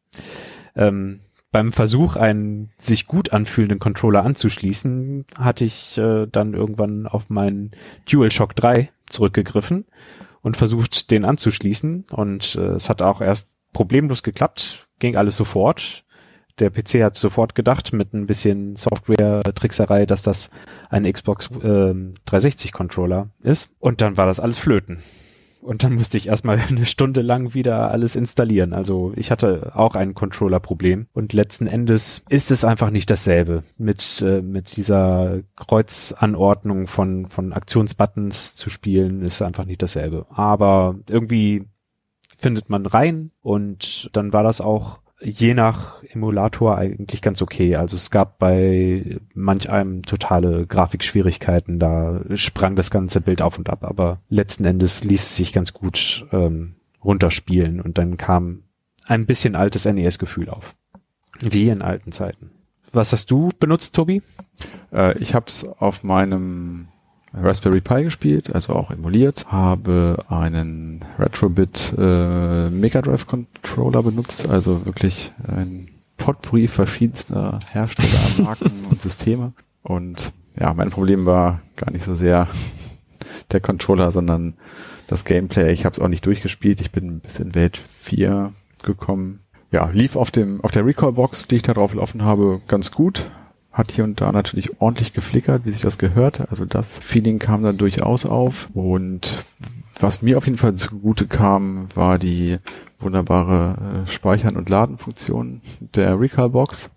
Ähm, beim Versuch, einen sich gut anfühlenden Controller anzuschließen, hatte ich äh, dann irgendwann auf meinen DualShock drei zurückgegriffen und versucht, den anzuschließen. Und äh, es hat auch erst problemlos geklappt, ging alles sofort. der P C hat sofort gedacht, mit ein bisschen Software-Trickserei, dass das ein Xbox äh, dreihundertsechzig-Controller ist. Und dann war das alles flöten. Und dann musste ich erstmal eine Stunde lang wieder alles installieren. Also ich hatte auch ein Controller-Problem. Und letzten Endes ist es einfach nicht dasselbe. Mit äh, mit dieser Kreuzanordnung von von Aktionsbuttons zu spielen, ist einfach nicht dasselbe. Aber irgendwie findet man rein und dann war das auch je nach Emulator eigentlich ganz okay. Also es gab bei manch einem totale Grafikschwierigkeiten, da sprang das ganze Bild auf und ab, aber letzten Endes ließ es sich ganz gut ähm, runterspielen und dann kam ein bisschen altes N E S-Gefühl auf. Wie in alten Zeiten. Was hast du benutzt, Tobi? Äh, ich habe es auf meinem Raspberry Pi gespielt, also auch emuliert, habe einen Retrobit äh, Mega Drive Controller benutzt, also wirklich ein Potpourri verschiedenster Hersteller, Marken und Systeme. Und ja, mein Problem war gar nicht so sehr der Controller, sondern das Gameplay. Ich habe es auch nicht durchgespielt, ich bin bis in Welt vier gekommen. Ja, lief auf dem auf der Recall-Box, die ich da drauf laufen habe, ganz gut. Hat hier und da natürlich ordentlich geflickert, wie sich das gehört. Also das Feeling kam da durchaus auf. Und was mir auf jeden Fall zugute kam, war die wunderbare äh, Speichern- und Ladenfunktion der Recall-Box.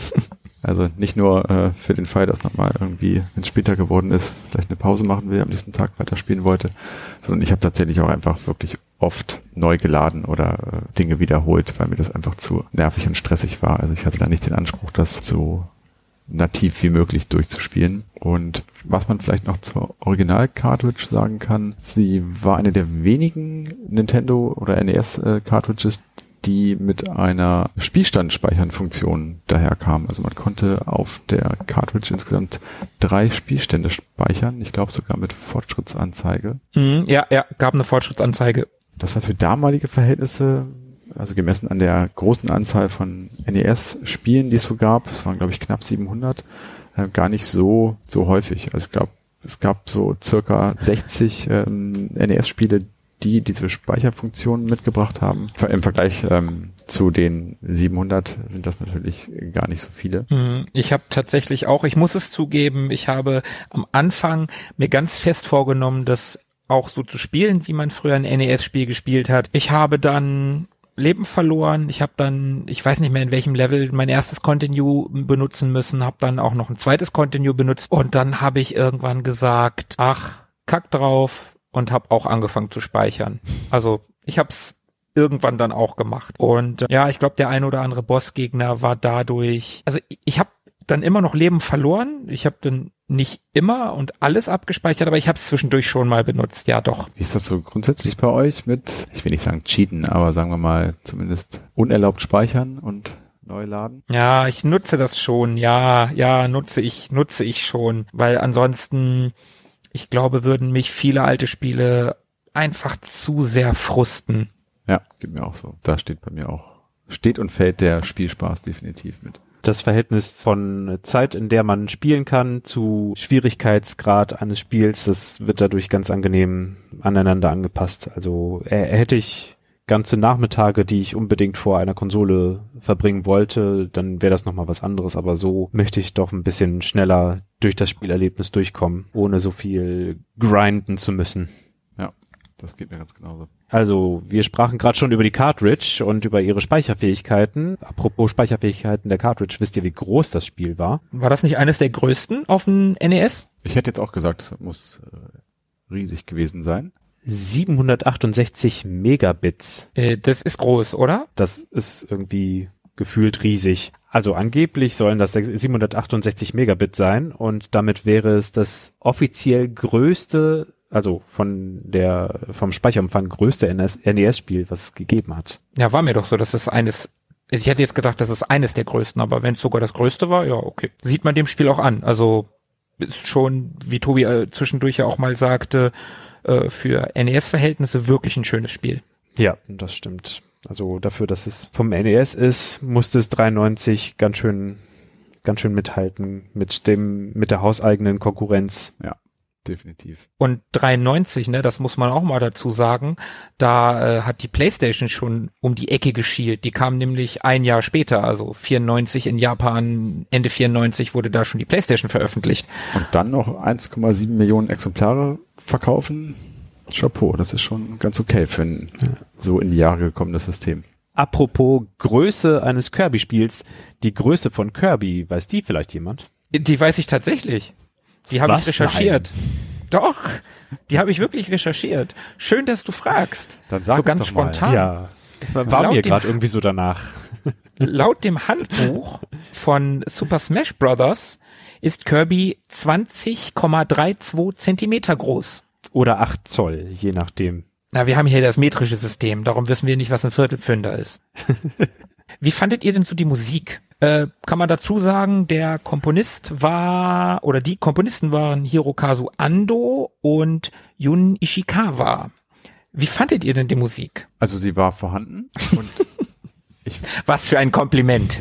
Also nicht nur äh, für den Fall, dass man mal irgendwie, wenn es später geworden ist, vielleicht eine Pause machen will, am nächsten Tag weiterspielen wollte, sondern ich habe tatsächlich auch einfach wirklich oft neu geladen oder äh, Dinge wiederholt, weil mir das einfach zu nervig und stressig war. Also ich hatte da nicht den Anspruch, das so nativ wie möglich durchzuspielen. Und was man vielleicht noch zur Original-Cartridge sagen kann, sie war eine der wenigen Nintendo- oder N E S-Cartridges, die mit einer Spielstand-Speichern-Funktion daherkam. Also man konnte auf der Cartridge insgesamt drei Spielstände speichern. Ich glaube sogar mit Fortschrittsanzeige. Mm, ja, ja, gab eine Fortschrittsanzeige. Das war für damalige Verhältnisse, also gemessen an der großen Anzahl von N E S-Spielen, die es so gab, es waren glaube ich knapp siebenhundert, äh, gar nicht so so häufig. Also ich glaube, es gab so circa sechzig ähm, N E S-Spiele, die diese Speicherfunktion mitgebracht haben. Im Vergleich ähm, zu den siebenhundert sind das natürlich gar nicht so viele. Ich habe tatsächlich auch, ich muss es zugeben, ich habe am Anfang mir ganz fest vorgenommen, das auch so zu spielen, wie man früher ein N E S-Spiel gespielt hat. Ich habe dann Leben verloren. Ich habe dann, ich weiß nicht mehr in welchem Level, mein erstes Continue benutzen müssen, habe dann auch noch ein zweites Continue benutzt und dann habe ich irgendwann gesagt, ach, kack drauf und habe auch angefangen zu speichern. Also ich habe es irgendwann dann auch gemacht. Und äh, ja, ich glaube, der ein oder andere Bossgegner war dadurch, also ich, ich habe dann immer noch Leben verloren. Ich habe dann nicht immer und alles abgespeichert, aber ich habe es zwischendurch schon mal benutzt, ja doch. Wie ist das so grundsätzlich bei euch mit, ich will nicht sagen cheaten, aber sagen wir mal zumindest unerlaubt speichern und neu laden? Ja, ich nutze das schon, ja, ja, nutze ich, nutze ich schon, weil ansonsten, ich glaube, würden mich viele alte Spiele einfach zu sehr frusten. Ja, geht mir auch so. Da steht bei mir auch, steht und fällt der Spielspaß definitiv mit. Das Verhältnis von Zeit, in der man spielen kann, zu Schwierigkeitsgrad eines Spiels, das wird dadurch ganz angenehm aneinander angepasst. Also äh, hätte ich ganze Nachmittage, die ich unbedingt vor einer Konsole verbringen wollte, dann wäre das nochmal was anderes. Aber so möchte ich doch ein bisschen schneller durch das Spielerlebnis durchkommen, ohne so viel grinden zu müssen. Ja, das geht mir ganz genauso. Also, wir sprachen gerade schon über die Cartridge und über ihre Speicherfähigkeiten. Apropos Speicherfähigkeiten der Cartridge, wisst ihr, wie groß das Spiel war? War das nicht eines der größten auf dem N E S? Ich hätte jetzt auch gesagt, es muss äh, riesig gewesen sein. siebenhundertachtundsechzig Megabits. Äh, das ist groß, oder? Das ist irgendwie gefühlt riesig. Also angeblich sollen das siebenhundertachtundsechzig Megabit sein und damit wäre es das offiziell größte, also von der vom Speicherumfang größte N E S-Spiel, was es gegeben hat. Ja, war mir doch so, dass es eines, ich hätte jetzt gedacht, das ist eines der größten, aber wenn es sogar das größte war, ja, okay. Sieht man dem Spiel auch an. Also ist schon, wie Tobi äh, zwischendurch ja auch mal sagte, äh, für N E S-Verhältnisse wirklich ein schönes Spiel. Ja, das stimmt. Also dafür, dass es vom N E S ist, musste es dreiundneunzig ganz schön, ganz schön mithalten mit dem, mit der hauseigenen Konkurrenz. Ja. definitiv. Und dreiundneunzig, ne, das muss man auch mal dazu sagen, da äh, hat die PlayStation schon um die Ecke geschielt. Die kam nämlich ein Jahr später, also vierundneunzig in Japan, Ende vierundneunzig wurde da schon die PlayStation veröffentlicht. Und dann noch eins Komma sieben Millionen Exemplare verkaufen. Chapeau, das ist schon ganz okay für ein so in die Jahre gekommenes System. Apropos Größe eines Kirby-Spiels, die Größe von Kirby, weiß die vielleicht jemand? Die weiß ich tatsächlich. Die habe ich Was? recherchiert. Nein. Doch, die habe ich wirklich recherchiert. Schön, dass du fragst. Dann sag so es ganz doch spontan. mal. Ja, war Laut mir dem- gerade irgendwie so danach. Laut dem Handbuch von Super Smash Bros. Ist Kirby zwanzig Komma zweiunddreißig Zentimeter groß. Oder acht Zoll, je nachdem. Na, wir haben hier das metrische System, darum wissen wir nicht, was ein Viertelpfünder ist. Wie fandet ihr denn so die Musik? Äh, kann man dazu sagen, der Komponist war, oder die Komponisten waren Hirokazu Ando und Jun Ishikawa. Wie fandet ihr denn die Musik? Also sie war vorhanden und ich, Was für ein Kompliment.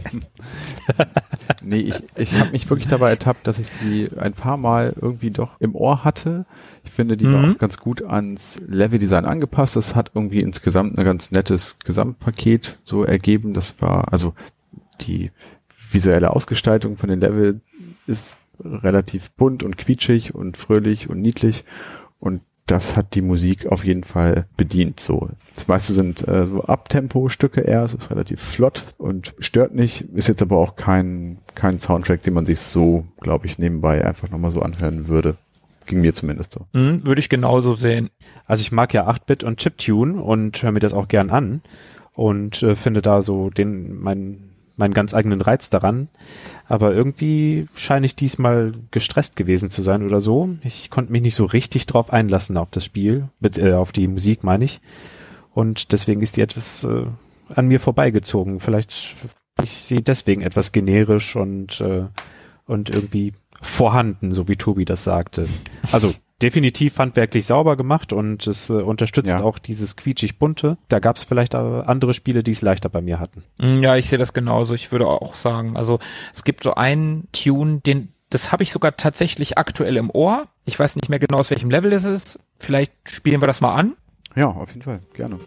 nee, ich, ich habe mich wirklich dabei ertappt, dass ich sie ein paar Mal irgendwie doch im Ohr hatte. Ich finde, die Mhm. war auch ganz gut ans Leveldesign angepasst. Das hat irgendwie insgesamt ein ganz nettes Gesamtpaket so ergeben. Das war, also die visuelle Ausgestaltung von den Level ist relativ bunt und quietschig und fröhlich und niedlich und das hat die Musik auf jeden Fall bedient. So, das meiste sind äh, so Abtempo-Stücke eher, es ist relativ flott und stört nicht, ist jetzt aber auch kein kein Soundtrack, den man sich so, glaube ich, nebenbei einfach nochmal so anhören würde. Ging mir zumindest so. Hm, würde ich genauso sehen. Also ich mag ja acht Bit und Chiptune und höre mir das auch gern an und äh, finde da so den meinen meinen ganz eigenen Reiz daran. Aber irgendwie scheine ich diesmal gestresst gewesen zu sein oder so. Ich konnte mich nicht so richtig drauf einlassen auf das Spiel, mit, äh, auf die Musik meine ich. Und deswegen ist die etwas äh, an mir vorbeigezogen. Vielleicht ich sie deswegen etwas generisch und äh, und irgendwie vorhanden, so wie Tobi das sagte. Also definitiv handwerklich sauber gemacht und es äh, unterstützt Ja. auch dieses quietschig bunte. Da gab es vielleicht äh, andere Spiele, die es leichter bei mir hatten. Hm, ja, ich sehe das genauso. Ich würde auch sagen, also es gibt so einen Tune, den das habe ich sogar tatsächlich aktuell im Ohr. Ich weiß nicht mehr genau, aus welchem Level es ist. Vielleicht spielen wir das mal an. Ja, auf jeden Fall, gerne.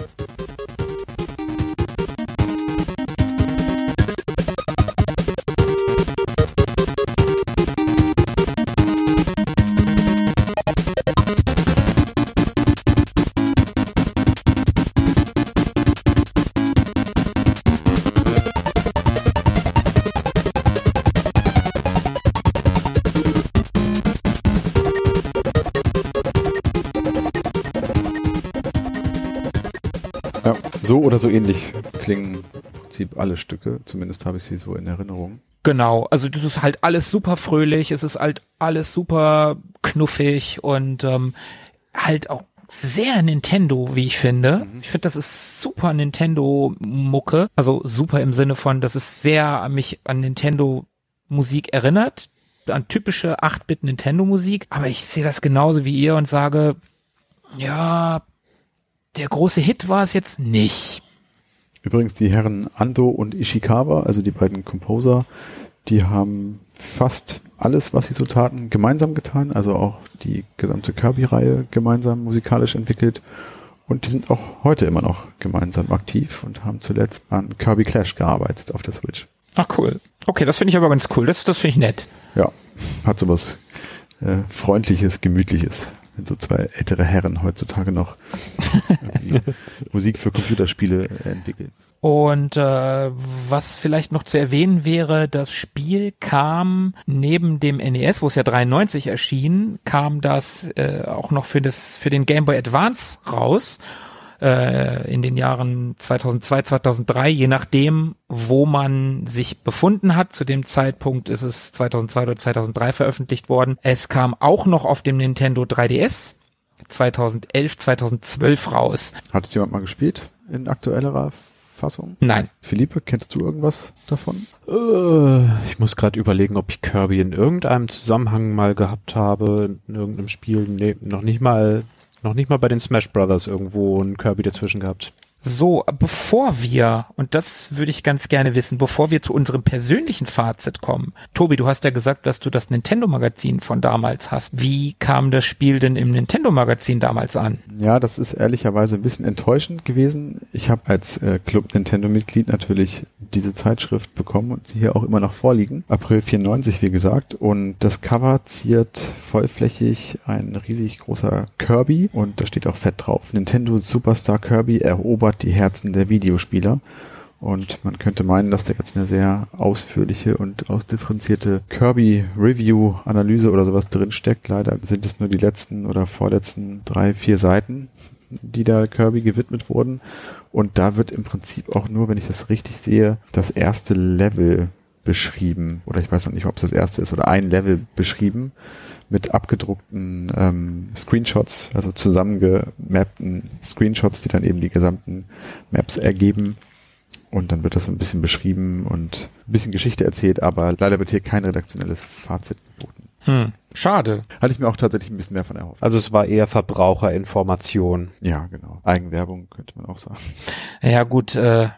Ja, so oder so ähnlich klingen im Prinzip alle Stücke, zumindest habe ich sie so in Erinnerung. Genau, also das ist halt alles super fröhlich, es ist halt alles super knuffig und ähm, halt auch sehr Nintendo, wie ich finde. Ich finde, das ist super Nintendo-Mucke, also super im Sinne von, dass es sehr an mich an Nintendo-Musik erinnert, an typische acht Bit Nintendo-Musik, aber ich sehe das genauso wie ihr und sage, ja, der große Hit war es jetzt nicht. Übrigens die Herren Ando und Ishikawa, also die beiden Composer, die haben fast alles, was sie so taten, gemeinsam getan, also auch die gesamte Kirby-Reihe gemeinsam musikalisch entwickelt und die sind auch heute immer noch gemeinsam aktiv und haben zuletzt an Kirby Clash gearbeitet auf der Switch. Ach cool. Okay, das finde ich aber ganz cool, das, das finde ich nett. Ja, hat so was äh, Freundliches, Gemütliches, wenn so zwei ältere Herren heutzutage noch Musik für Computerspiele entwickeln. Und äh, was vielleicht noch zu erwähnen wäre, das Spiel kam neben dem N E S, wo es ja dreiundneunzig erschien, kam das äh, auch noch für das für den Game Boy Advance raus äh, in den Jahren zweitausendzwei, zweitausenddrei, je nachdem, wo man sich befunden hat. Zu dem Zeitpunkt ist es zweitausendzwei oder zweitausenddrei veröffentlicht worden. Es kam auch noch auf dem Nintendo drei D S zweitausendelf, zweitausendzwölf raus. Hat es jemand mal gespielt in aktuellerer Fassung? Nein. Philippe, kennst du irgendwas davon? Äh, ich muss gerade überlegen, ob ich Kirby in irgendeinem Zusammenhang mal gehabt habe, in irgendeinem Spiel. Nee, noch nicht mal, noch nicht mal bei den Smash Brothers irgendwo ein Kirby dazwischen gehabt. So, bevor wir, und das würde ich ganz gerne wissen, bevor wir zu unserem persönlichen Fazit kommen. Tobi, du hast ja gesagt, dass du das Nintendo-Magazin von damals hast. Wie kam das Spiel denn im Nintendo-Magazin damals an? Ja, das ist ehrlicherweise ein bisschen enttäuschend gewesen. Ich habe als äh, Club Nintendo-Mitglied natürlich diese Zeitschrift bekommen und sie hier auch immer noch vorliegen. April vierundneunzig, wie gesagt. Und das Cover ziert vollflächig ein riesig großer Kirby und da steht auch fett drauf. Nintendo Superstar Kirby erobert die Herzen der Videospieler. Und man könnte meinen, dass da jetzt eine sehr ausführliche und ausdifferenzierte Kirby-Review-Analyse oder sowas drin steckt. Leider sind es nur die letzten oder vorletzten drei, vier Seiten, die da Kirby gewidmet wurden. Und da wird im Prinzip auch nur, wenn ich das richtig sehe, das erste Level beschrieben. Oder ich weiß noch nicht, ob es das erste ist oder ein Level beschrieben mit abgedruckten ähm, Screenshots, also zusammengemappten Screenshots, die dann eben die gesamten Maps ergeben. Und dann wird das so ein bisschen beschrieben und ein bisschen Geschichte erzählt, aber leider wird hier kein redaktionelles Fazit geboten. Hm, schade. Hatte ich mir auch tatsächlich ein bisschen mehr von erhofft. Also es war eher Verbraucherinformation. Ja, genau. Eigenwerbung könnte man auch sagen. Ja gut, äh,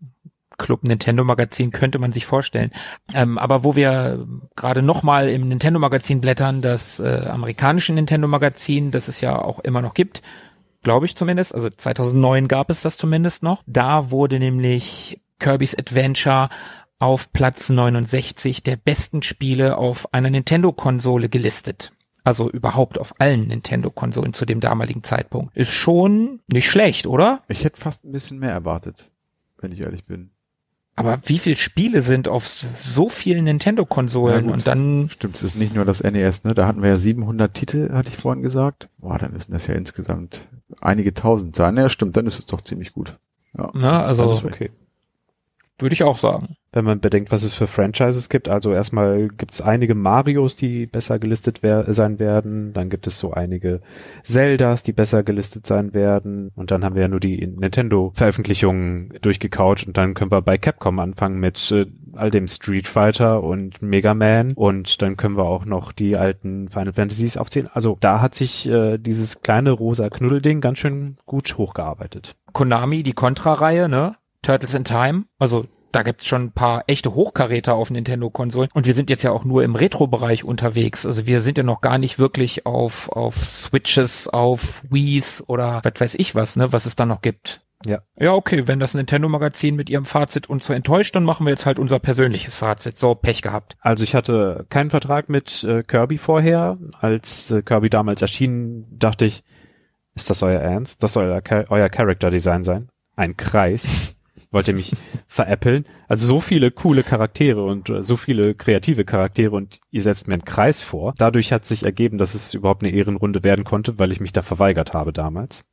Club Nintendo Magazin könnte man sich vorstellen. Ähm, aber wo wir gerade nochmal im Nintendo Magazin blättern, das äh, amerikanische Nintendo Magazin, das es ja auch immer noch gibt, glaube ich zumindest, also zweitausendneun gab es das zumindest noch. Da wurde nämlich Kirby's Adventure auf Platz neunundsechzig der besten Spiele auf einer Nintendo-Konsole gelistet. Also überhaupt auf allen Nintendo-Konsolen zu dem damaligen Zeitpunkt. Ist schon nicht schlecht, oder? Ich hätte fast ein bisschen mehr erwartet, wenn ich ehrlich bin. Aber wie viele Spiele sind auf so vielen Nintendo-Konsolen? Ja, und dann... Stimmt, es ist nicht nur das N E S, ne? Da hatten wir ja siebenhundert Titel, hatte ich vorhin gesagt. Boah, dann müssen das ja insgesamt einige tausend sein. Ja, stimmt, dann ist es doch ziemlich gut. Ja, Na, also, okay. Würde ich auch sagen. Wenn man bedenkt, was es für Franchises gibt, also erstmal gibt es einige Marios, die besser gelistet wer- sein werden, dann gibt es so einige Zeldas, die besser gelistet sein werden und dann haben wir ja nur die Nintendo-Veröffentlichungen durchgekaut und dann können wir bei Capcom anfangen mit äh, all dem Street Fighter und Mega Man und dann können wir auch noch die alten Final Fantasies aufzählen. Also da hat sich äh, dieses kleine rosa Knuddelding ganz schön gut hochgearbeitet. Konami, die Contra-Reihe, ne? Turtles in Time, also da gibt's schon ein paar echte Hochkaräter auf Nintendo-Konsolen und wir sind jetzt ja auch nur im Retro-Bereich unterwegs, also wir sind ja noch gar nicht wirklich auf auf Switches, auf Wiis oder was weiß ich was, ne, was es da noch gibt. Ja. Ja, okay, wenn das Nintendo-Magazin mit ihrem Fazit uns so enttäuscht, dann machen wir jetzt halt unser persönliches Fazit. So, Pech gehabt. Also ich hatte keinen Vertrag mit äh, Kirby vorher. Als äh, Kirby damals erschien, dachte ich, ist das euer Ernst? Das soll euer, euer Character-Design sein? Ein Kreis? Wollt ihr mich veräppeln? Also so viele coole Charaktere und äh, so viele kreative Charaktere und ihr setzt mir einen Kreis vor. Dadurch hat sich ergeben, dass es überhaupt eine Ehrenrunde werden konnte, weil ich mich da verweigert habe damals.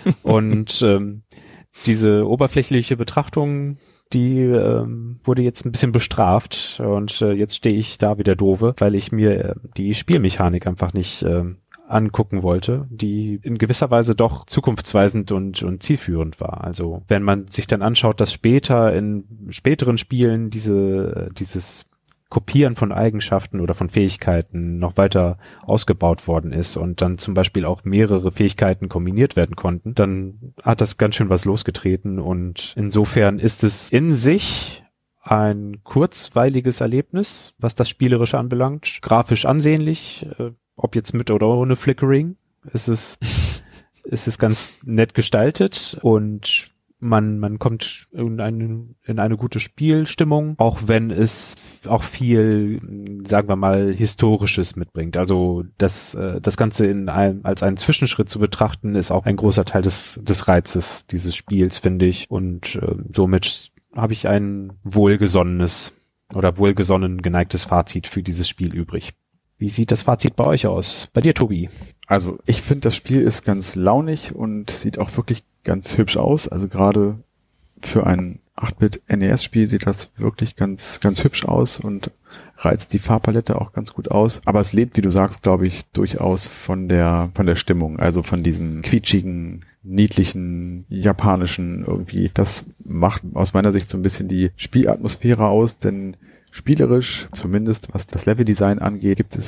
Und ähm, diese oberflächliche Betrachtung, die ähm, wurde jetzt ein bisschen bestraft und äh, jetzt stehe ich da wie der Doofe, weil ich mir äh, die Spielmechanik einfach nicht ähm, angucken wollte, die in gewisser Weise doch zukunftsweisend und, und zielführend war. Also wenn man sich dann anschaut, dass später in späteren Spielen diese dieses Kopieren von Eigenschaften oder von Fähigkeiten noch weiter ausgebaut worden ist und dann zum Beispiel auch mehrere Fähigkeiten kombiniert werden konnten, dann hat das ganz schön was losgetreten und insofern ist es in sich ein kurzweiliges Erlebnis, was das Spielerische anbelangt, grafisch ansehnlich, äh, ob jetzt mit oder ohne Flickering, ist es, ist es ganz nett gestaltet und man, man kommt in eine, in eine gute Spielstimmung, auch wenn es auch viel, sagen wir mal, Historisches mitbringt. Also das, das Ganze in einem, als einen Zwischenschritt zu betrachten, ist auch ein großer Teil des, des Reizes dieses Spiels, finde ich. Und äh, somit habe ich ein wohlgesonnenes oder wohlgesonnen geneigtes Fazit für dieses Spiel übrig. Wie sieht das Fazit bei euch aus? Bei dir, Tobi? Also ich finde, das Spiel ist ganz launig und sieht auch wirklich ganz hübsch aus. Also gerade für ein acht-Bit N E S-Spiel sieht das wirklich ganz ganz hübsch aus und reizt die Farbpalette auch ganz gut aus. Aber es lebt, wie du sagst, glaube ich, durchaus von der von der Stimmung, also von diesem quietschigen, niedlichen, japanischen irgendwie. Das macht aus meiner Sicht so ein bisschen die Spielatmosphäre aus, denn spielerisch, zumindest was das Leveldesign angeht, gibt es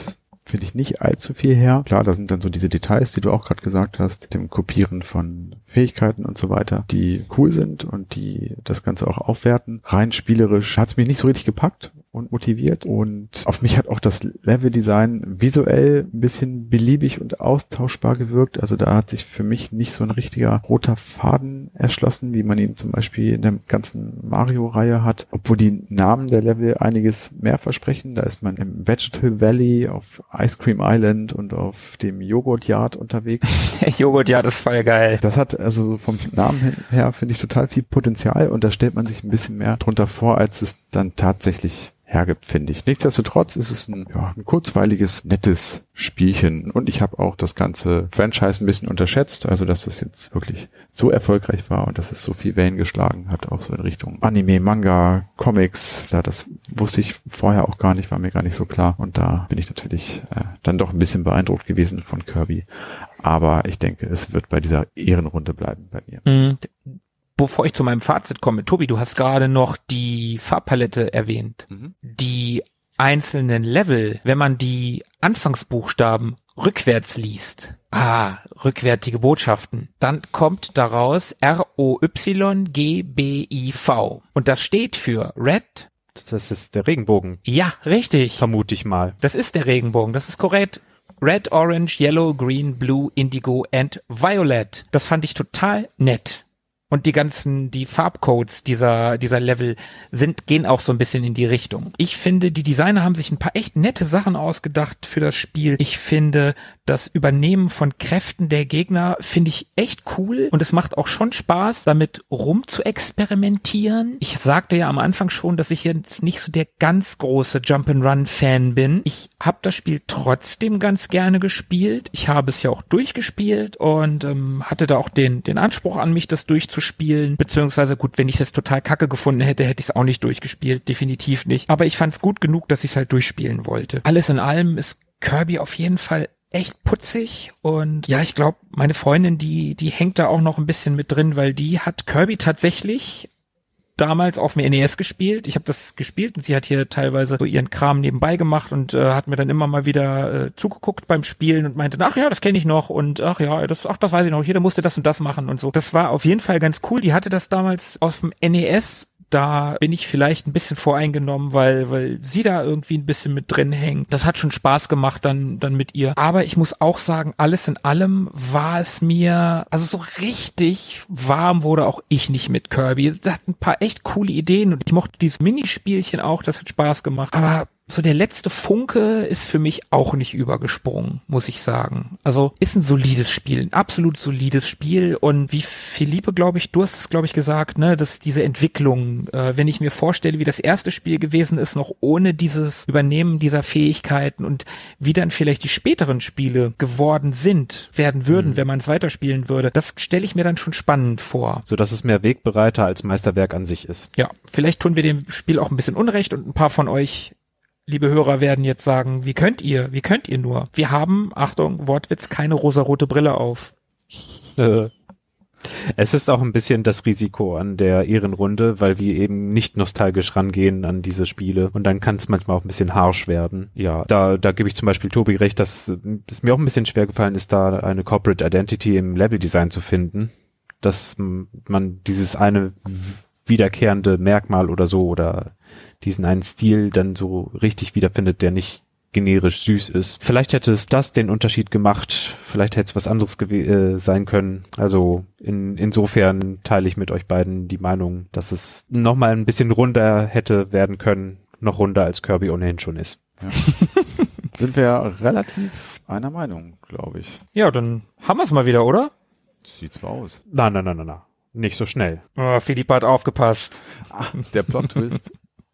finde ich, nicht allzu viel her. Klar, da sind dann so diese Details, die du auch gerade gesagt hast, dem Kopieren von Fähigkeiten und so weiter, die cool sind und die das Ganze auch aufwerten. Rein spielerisch hat es mich nicht so richtig gepackt und motiviert, und auf mich hat auch das Leveldesign visuell ein bisschen beliebig und austauschbar gewirkt. Also da hat sich für mich nicht so ein richtiger roter Faden erschlossen, wie man ihn zum Beispiel in der ganzen Mario-Reihe hat, obwohl die Namen der Level einiges mehr versprechen. Da ist man im Vegetable Valley, auf Ice Cream Island und auf dem Joghurt Yard unterwegs. Joghurt Yard ist voll geil. Das hat also vom Namen her, finde ich, total viel Potenzial, und da stellt man sich ein bisschen mehr drunter vor, als es dann tatsächlich hergibt, finde ich. Nichtsdestotrotz ist es ein, ja, ein kurzweiliges, nettes Spielchen, und ich habe auch das ganze Franchise ein bisschen unterschätzt, also dass es jetzt wirklich so erfolgreich war und dass es so viel Wellen geschlagen hat, auch so in Richtung Anime, Manga, Comics. Ja, das wusste ich vorher auch gar nicht, war mir gar nicht so klar, und da bin ich natürlich äh, dann doch ein bisschen beeindruckt gewesen von Kirby, aber ich denke, es wird bei dieser Ehrenrunde bleiben bei mir. Mhm. Bevor ich zu meinem Fazit komme, Tobi, du hast gerade noch die Farbpalette erwähnt. Mhm. Die einzelnen Level, wenn man die Anfangsbuchstaben rückwärts liest, ah, rückwärtige Botschaften, dann kommt daraus R O Y G B I V. Und das steht für Red. Das ist der Regenbogen. Ja, richtig. Vermute ich mal. Das ist der Regenbogen, das ist korrekt. Red, Orange, Yellow, Green, Blue, Indigo and Violet. Das fand ich total nett. Und die ganzen, die Farbcodes dieser, dieser Level sind, gehen auch so ein bisschen in die Richtung. Ich finde, die Designer haben sich ein paar echt nette Sachen ausgedacht für das Spiel. Ich finde, das Übernehmen von Kräften der Gegner finde ich echt cool. Und es macht auch schon Spaß, damit rum zu experimentieren. Ich sagte ja am Anfang schon, dass ich jetzt nicht so der ganz große Jump'n'Run-Fan bin. Ich habe das Spiel trotzdem ganz gerne gespielt. Ich habe es ja auch durchgespielt und ähm, hatte da auch den, den Anspruch an mich, das durchzuspielen. Spielen, beziehungsweise gut, wenn ich es total kacke gefunden hätte, hätte ich es auch nicht durchgespielt, definitiv nicht. Aber ich fand es gut genug, dass ich es halt durchspielen wollte. Alles in allem ist Kirby auf jeden Fall echt putzig, und ja, ich glaube, meine Freundin, die die hängt da auch noch ein bisschen mit drin, weil die hat Kirby tatsächlich damals auf dem N E S gespielt. Ich habe das gespielt und sie hat hier teilweise so ihren Kram nebenbei gemacht und äh, hat mir dann immer mal wieder äh, zugeguckt beim Spielen und meinte, ach ja, das kenne ich noch, und ach ja, das, ach, das weiß ich noch, hier, der musste das und das machen und so. Das war auf jeden Fall ganz cool. Die hatte das damals auf dem N E S. Da bin ich vielleicht ein bisschen voreingenommen, weil weil sie da irgendwie ein bisschen mit drin hängt. Das hat schon Spaß gemacht dann dann mit ihr. Aber ich muss auch sagen, alles in allem war es mir, also so richtig warm wurde auch ich nicht mit Kirby. Das hat ein paar echt coole Ideen und ich mochte dieses Minispielchen auch, das hat Spaß gemacht. Aber so der letzte Funke ist für mich auch nicht übergesprungen, muss ich sagen. Also ist ein solides Spiel, ein absolut solides Spiel, und wie Philippe, glaube ich, du hast es, glaube ich, gesagt, ne, dass diese Entwicklung, äh, wenn ich mir vorstelle, wie das erste Spiel gewesen ist, noch ohne dieses Übernehmen dieser Fähigkeiten und wie dann vielleicht die späteren Spiele geworden sind, werden würden, mhm. wenn man es weiterspielen würde, das stelle ich mir dann schon spannend vor. So dass es mehr Wegbereiter als Meisterwerk an sich ist. Ja, vielleicht tun wir dem Spiel auch ein bisschen Unrecht, und ein paar von euch, liebe Hörer, werden jetzt sagen, wie könnt ihr, wie könnt ihr nur? Wir haben, Achtung, Wortwitz, keine rosarote Brille auf. Äh, es ist auch ein bisschen das Risiko an der Ehrenrunde, weil wir eben nicht nostalgisch rangehen an diese Spiele, und dann kann es manchmal auch ein bisschen harsch werden. Ja, da, da gebe ich zum Beispiel Tobi recht, dass es mir auch ein bisschen schwer gefallen ist, da eine Corporate Identity im Leveldesign zu finden, dass man dieses eine wiederkehrende Merkmal oder so oder diesen einen Stil dann so richtig wiederfindet, der nicht generisch süß ist. Vielleicht hätte es das den Unterschied gemacht, vielleicht hätte es was anderes gew- äh, sein können. Also in, insofern teile ich mit euch beiden die Meinung, dass es nochmal ein bisschen runder hätte werden können, noch runder als Kirby ohnehin schon ist. Ja. Sind wir ja relativ einer Meinung, glaube ich. Ja, dann haben wir es mal wieder, oder? Sieht zwar aus. Nein, nein, nein, nein, nein. Nicht so schnell. Oh, Philipp hat aufgepasst. Ach, der Plot-Twist.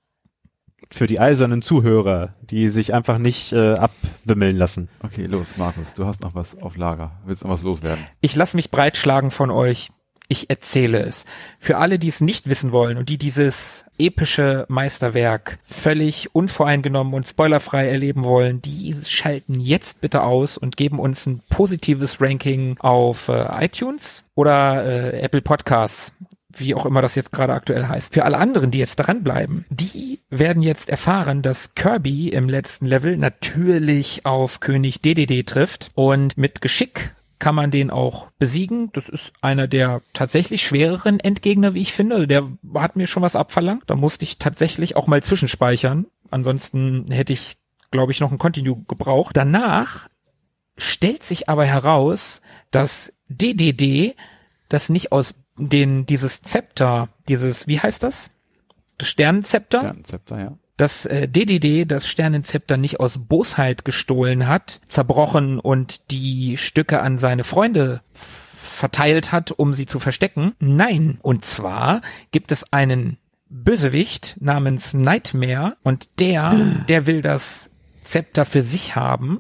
Für die eisernen Zuhörer, die sich einfach nicht äh, abwimmeln lassen. Okay, los, Markus, du hast noch was auf Lager. Willst noch was loswerden? Ich lasse mich breitschlagen von euch. Ich erzähle es. Für alle, die es nicht wissen wollen und die dieses epische Meisterwerk völlig unvoreingenommen und spoilerfrei erleben wollen, die schalten jetzt bitte aus und geben uns ein positives Ranking auf äh, iTunes oder äh, Apple Podcasts. wie auch immer das jetzt gerade aktuell heißt. Für alle anderen, die jetzt dranbleiben, die werden jetzt erfahren, dass Kirby im letzten Level natürlich auf König D D D trifft und mit Geschick kann man den auch besiegen. Das ist einer der tatsächlich schwereren Endgegner, wie ich finde. Der hat mir schon was abverlangt. Da musste ich tatsächlich auch mal zwischenspeichern. Ansonsten hätte ich, glaube ich, noch ein Continue gebraucht. Danach stellt sich aber heraus, dass D D D das nicht aus den, dieses Zepter, dieses, wie heißt das? Das Sternenzepter? Sternenzepter, ja. Dass äh, D D D das Sternenzepter nicht aus Bosheit gestohlen hat, zerbrochen und die Stücke an seine Freunde verteilt hat, um sie zu verstecken. Nein, und zwar gibt es einen Bösewicht namens Nightmare und der, der will das Zepter für sich haben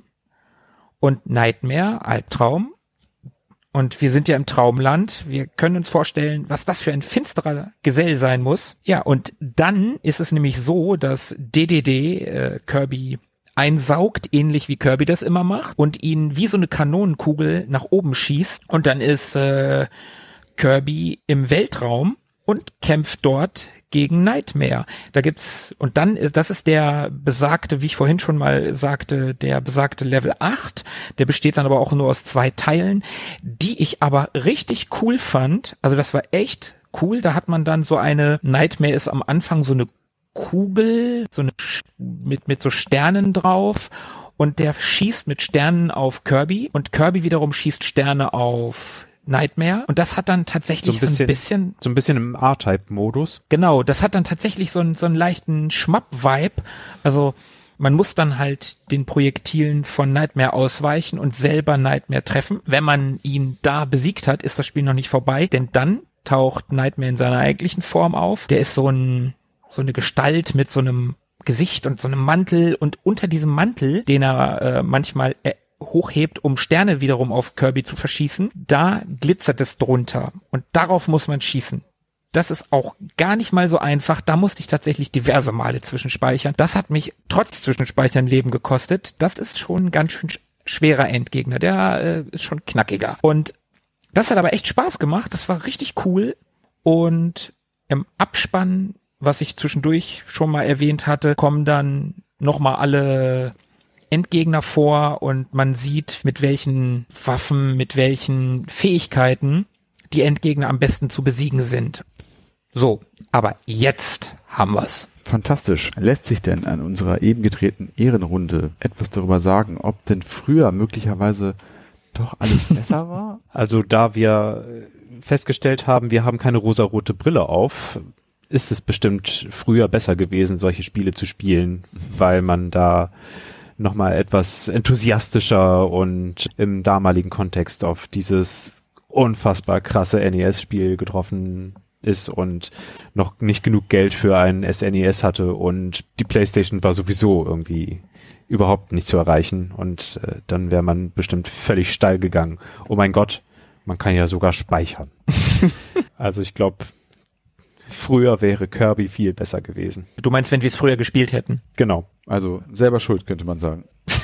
und Nightmare, Albtraum. Und wir sind ja im Traumland. Wir können uns vorstellen, was das für ein finsterer Gesell sein muss. Ja, und dann ist es nämlich so, dass D D D äh, Kirby einsaugt, ähnlich wie Kirby das immer macht, und ihn wie so eine Kanonenkugel nach oben schießt. Und dann ist äh, Kirby im Weltraum und kämpft dort gegen Nightmare. Da gibt's, und dann ist, das ist der besagte, wie ich vorhin schon mal sagte, der besagte Level acht. Der besteht dann aber auch nur aus zwei Teilen, die ich aber richtig cool fand. Also das war echt cool. Da hat man dann so eine, Nightmare ist am Anfang so eine Kugel, so eine, mit, mit so Sternen drauf. Und der schießt mit Sternen auf Kirby. Und Kirby wiederum schießt Sterne auf Nightmare, und das hat dann tatsächlich so ein bisschen, so ein bisschen, so ein bisschen im R-Type-Modus. Genau, das hat dann tatsächlich so einen, so einen leichten Schmapp-Vibe. Also man muss dann halt den Projektilen von Nightmare ausweichen und selber Nightmare treffen. Wenn man ihn da besiegt hat, ist das Spiel noch nicht vorbei, denn dann taucht Nightmare in seiner eigentlichen Form auf. Der ist so ein, so eine Gestalt mit so einem Gesicht und so einem Mantel, und unter diesem Mantel, den er äh, manchmal äh, hochhebt, um Sterne wiederum auf Kirby zu verschießen, da glitzert es drunter und darauf muss man schießen. Das ist auch gar nicht mal so einfach, da musste ich tatsächlich diverse Male zwischenspeichern. Das hat mich trotz Zwischenspeichern Leben gekostet. Das ist schon ein ganz schön schwerer Endgegner, der äh, ist schon knackiger. Und das hat aber echt Spaß gemacht, das war richtig cool, und im Abspann, was ich zwischendurch schon mal erwähnt hatte, kommen dann nochmal alle Endgegner vor und man sieht, mit welchen Waffen, mit welchen Fähigkeiten die Endgegner am besten zu besiegen sind. So, aber jetzt haben wir's. Fantastisch. Lässt sich denn an unserer eben gedrehten Ehrenrunde etwas darüber sagen, ob denn früher möglicherweise doch alles besser war? Also da wir festgestellt haben, wir haben keine rosarote Brille auf, ist es bestimmt früher besser gewesen, solche Spiele zu spielen, weil man da nochmal etwas enthusiastischer und im damaligen Kontext auf dieses unfassbar krasse N E S-Spiel getroffen ist und noch nicht genug Geld für ein S N E S hatte, und die PlayStation war sowieso irgendwie überhaupt nicht zu erreichen, und äh, dann wäre man bestimmt völlig steil gegangen. Oh mein Gott, man kann ja sogar speichern. Also ich glaube, früher wäre Kirby viel besser gewesen. Du meinst, wenn wir es früher gespielt hätten? Genau. Also selber schuld, könnte man sagen.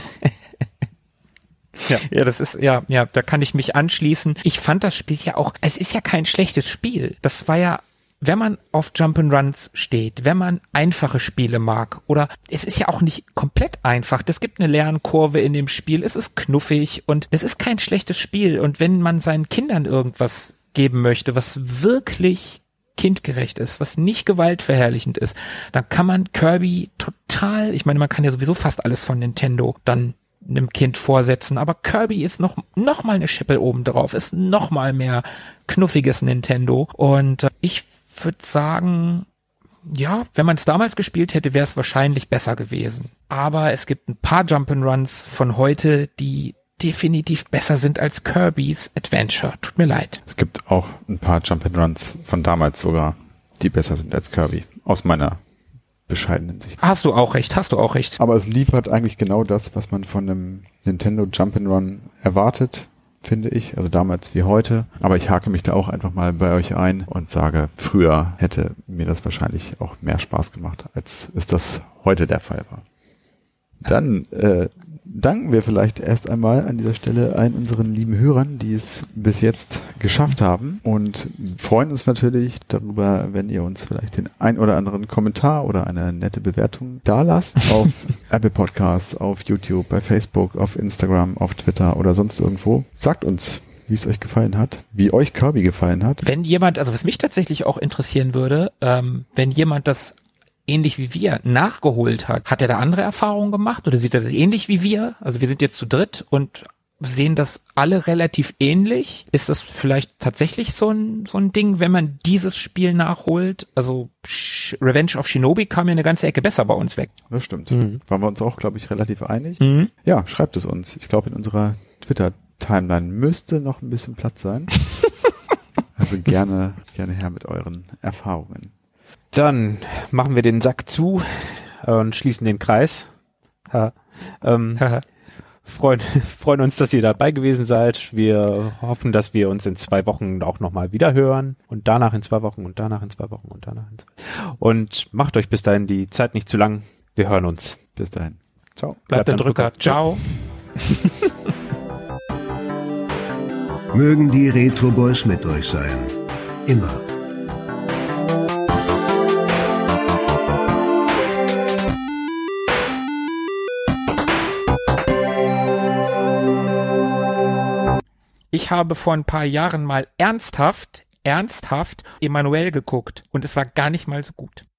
Ja. ja, das ist, ja, ja, da kann ich mich anschließen. Ich fand das Spiel ja auch, es ist ja kein schlechtes Spiel. Das war ja, wenn man auf Jump'n'Runs steht, wenn man einfache Spiele mag, oder es ist ja auch nicht komplett einfach. Es gibt eine Lernkurve in dem Spiel, es ist knuffig und es ist kein schlechtes Spiel. Und wenn man seinen Kindern irgendwas geben möchte, was wirklich kindgerecht ist, was nicht gewaltverherrlichend ist, dann kann man Kirby total, ich meine, man kann ja sowieso fast alles von Nintendo dann einem Kind vorsetzen, aber Kirby ist noch noch mal eine Schippe oben drauf, ist noch mal mehr knuffiges Nintendo, und äh, ich würde sagen, ja, wenn man es damals gespielt hätte, wäre es wahrscheinlich besser gewesen. Aber es gibt ein paar Jump'n'Runs von heute, die definitiv besser sind als Kirby's Adventure. Tut mir leid. Es gibt auch ein paar Jump'n'Runs von damals sogar, die besser sind als Kirby, aus meiner bescheidenen Sicht. Hast du auch recht, hast du auch recht. Aber es liefert eigentlich genau das, was man von einem Nintendo Jump'n'Run erwartet, finde ich, also damals wie heute. Aber ich hake mich da auch einfach mal bei euch ein und sage, früher hätte mir das wahrscheinlich auch mehr Spaß gemacht, als es das heute der Fall war. Dann äh, danken wir vielleicht erst einmal an dieser Stelle allen unseren lieben Hörern, die es bis jetzt geschafft haben und freuen uns natürlich darüber, wenn ihr uns vielleicht den ein oder anderen Kommentar oder eine nette Bewertung dalasst auf Apple Podcasts, auf YouTube, bei Facebook, auf Instagram, auf Twitter oder sonst irgendwo. Sagt uns, wie es euch gefallen hat, wie euch Kirby gefallen hat. Wenn jemand, also was mich tatsächlich auch interessieren würde, ähm, wenn jemand das ähnlich wie wir nachgeholt hat, hat er da andere Erfahrungen gemacht oder sieht er das ähnlich wie wir? Also wir sind jetzt zu dritt und sehen das alle relativ ähnlich. Ist das vielleicht tatsächlich so ein so ein Ding, wenn man dieses Spiel nachholt? Also Revenge of Shinobi kam ja eine ganze Ecke besser bei uns weg. Das stimmt. Mhm. Waren wir uns auch, glaube ich, relativ einig. Mhm. Ja, schreibt es uns. Ich glaube, in unserer Twitter-Timeline müsste noch ein bisschen Platz sein. Also gerne, gerne her mit euren Erfahrungen. Dann machen wir den Sack zu und schließen den Kreis. Ha. Ähm, freuen, freuen uns, dass ihr dabei gewesen seid. Wir hoffen, dass wir uns in zwei Wochen auch nochmal wieder hören und danach in zwei Wochen und danach in zwei Wochen und danach in zwei Wochen. Und macht euch bis dahin die Zeit nicht zu lang. Wir hören uns. Bis dahin. Ciao. Bleibt ein Drücker. Drücker. Ciao. Mögen die Retro Boys mit euch sein. Immer. Ich habe vor ein paar Jahren mal ernsthaft, ernsthaft Emanuel geguckt und es war gar nicht mal so gut.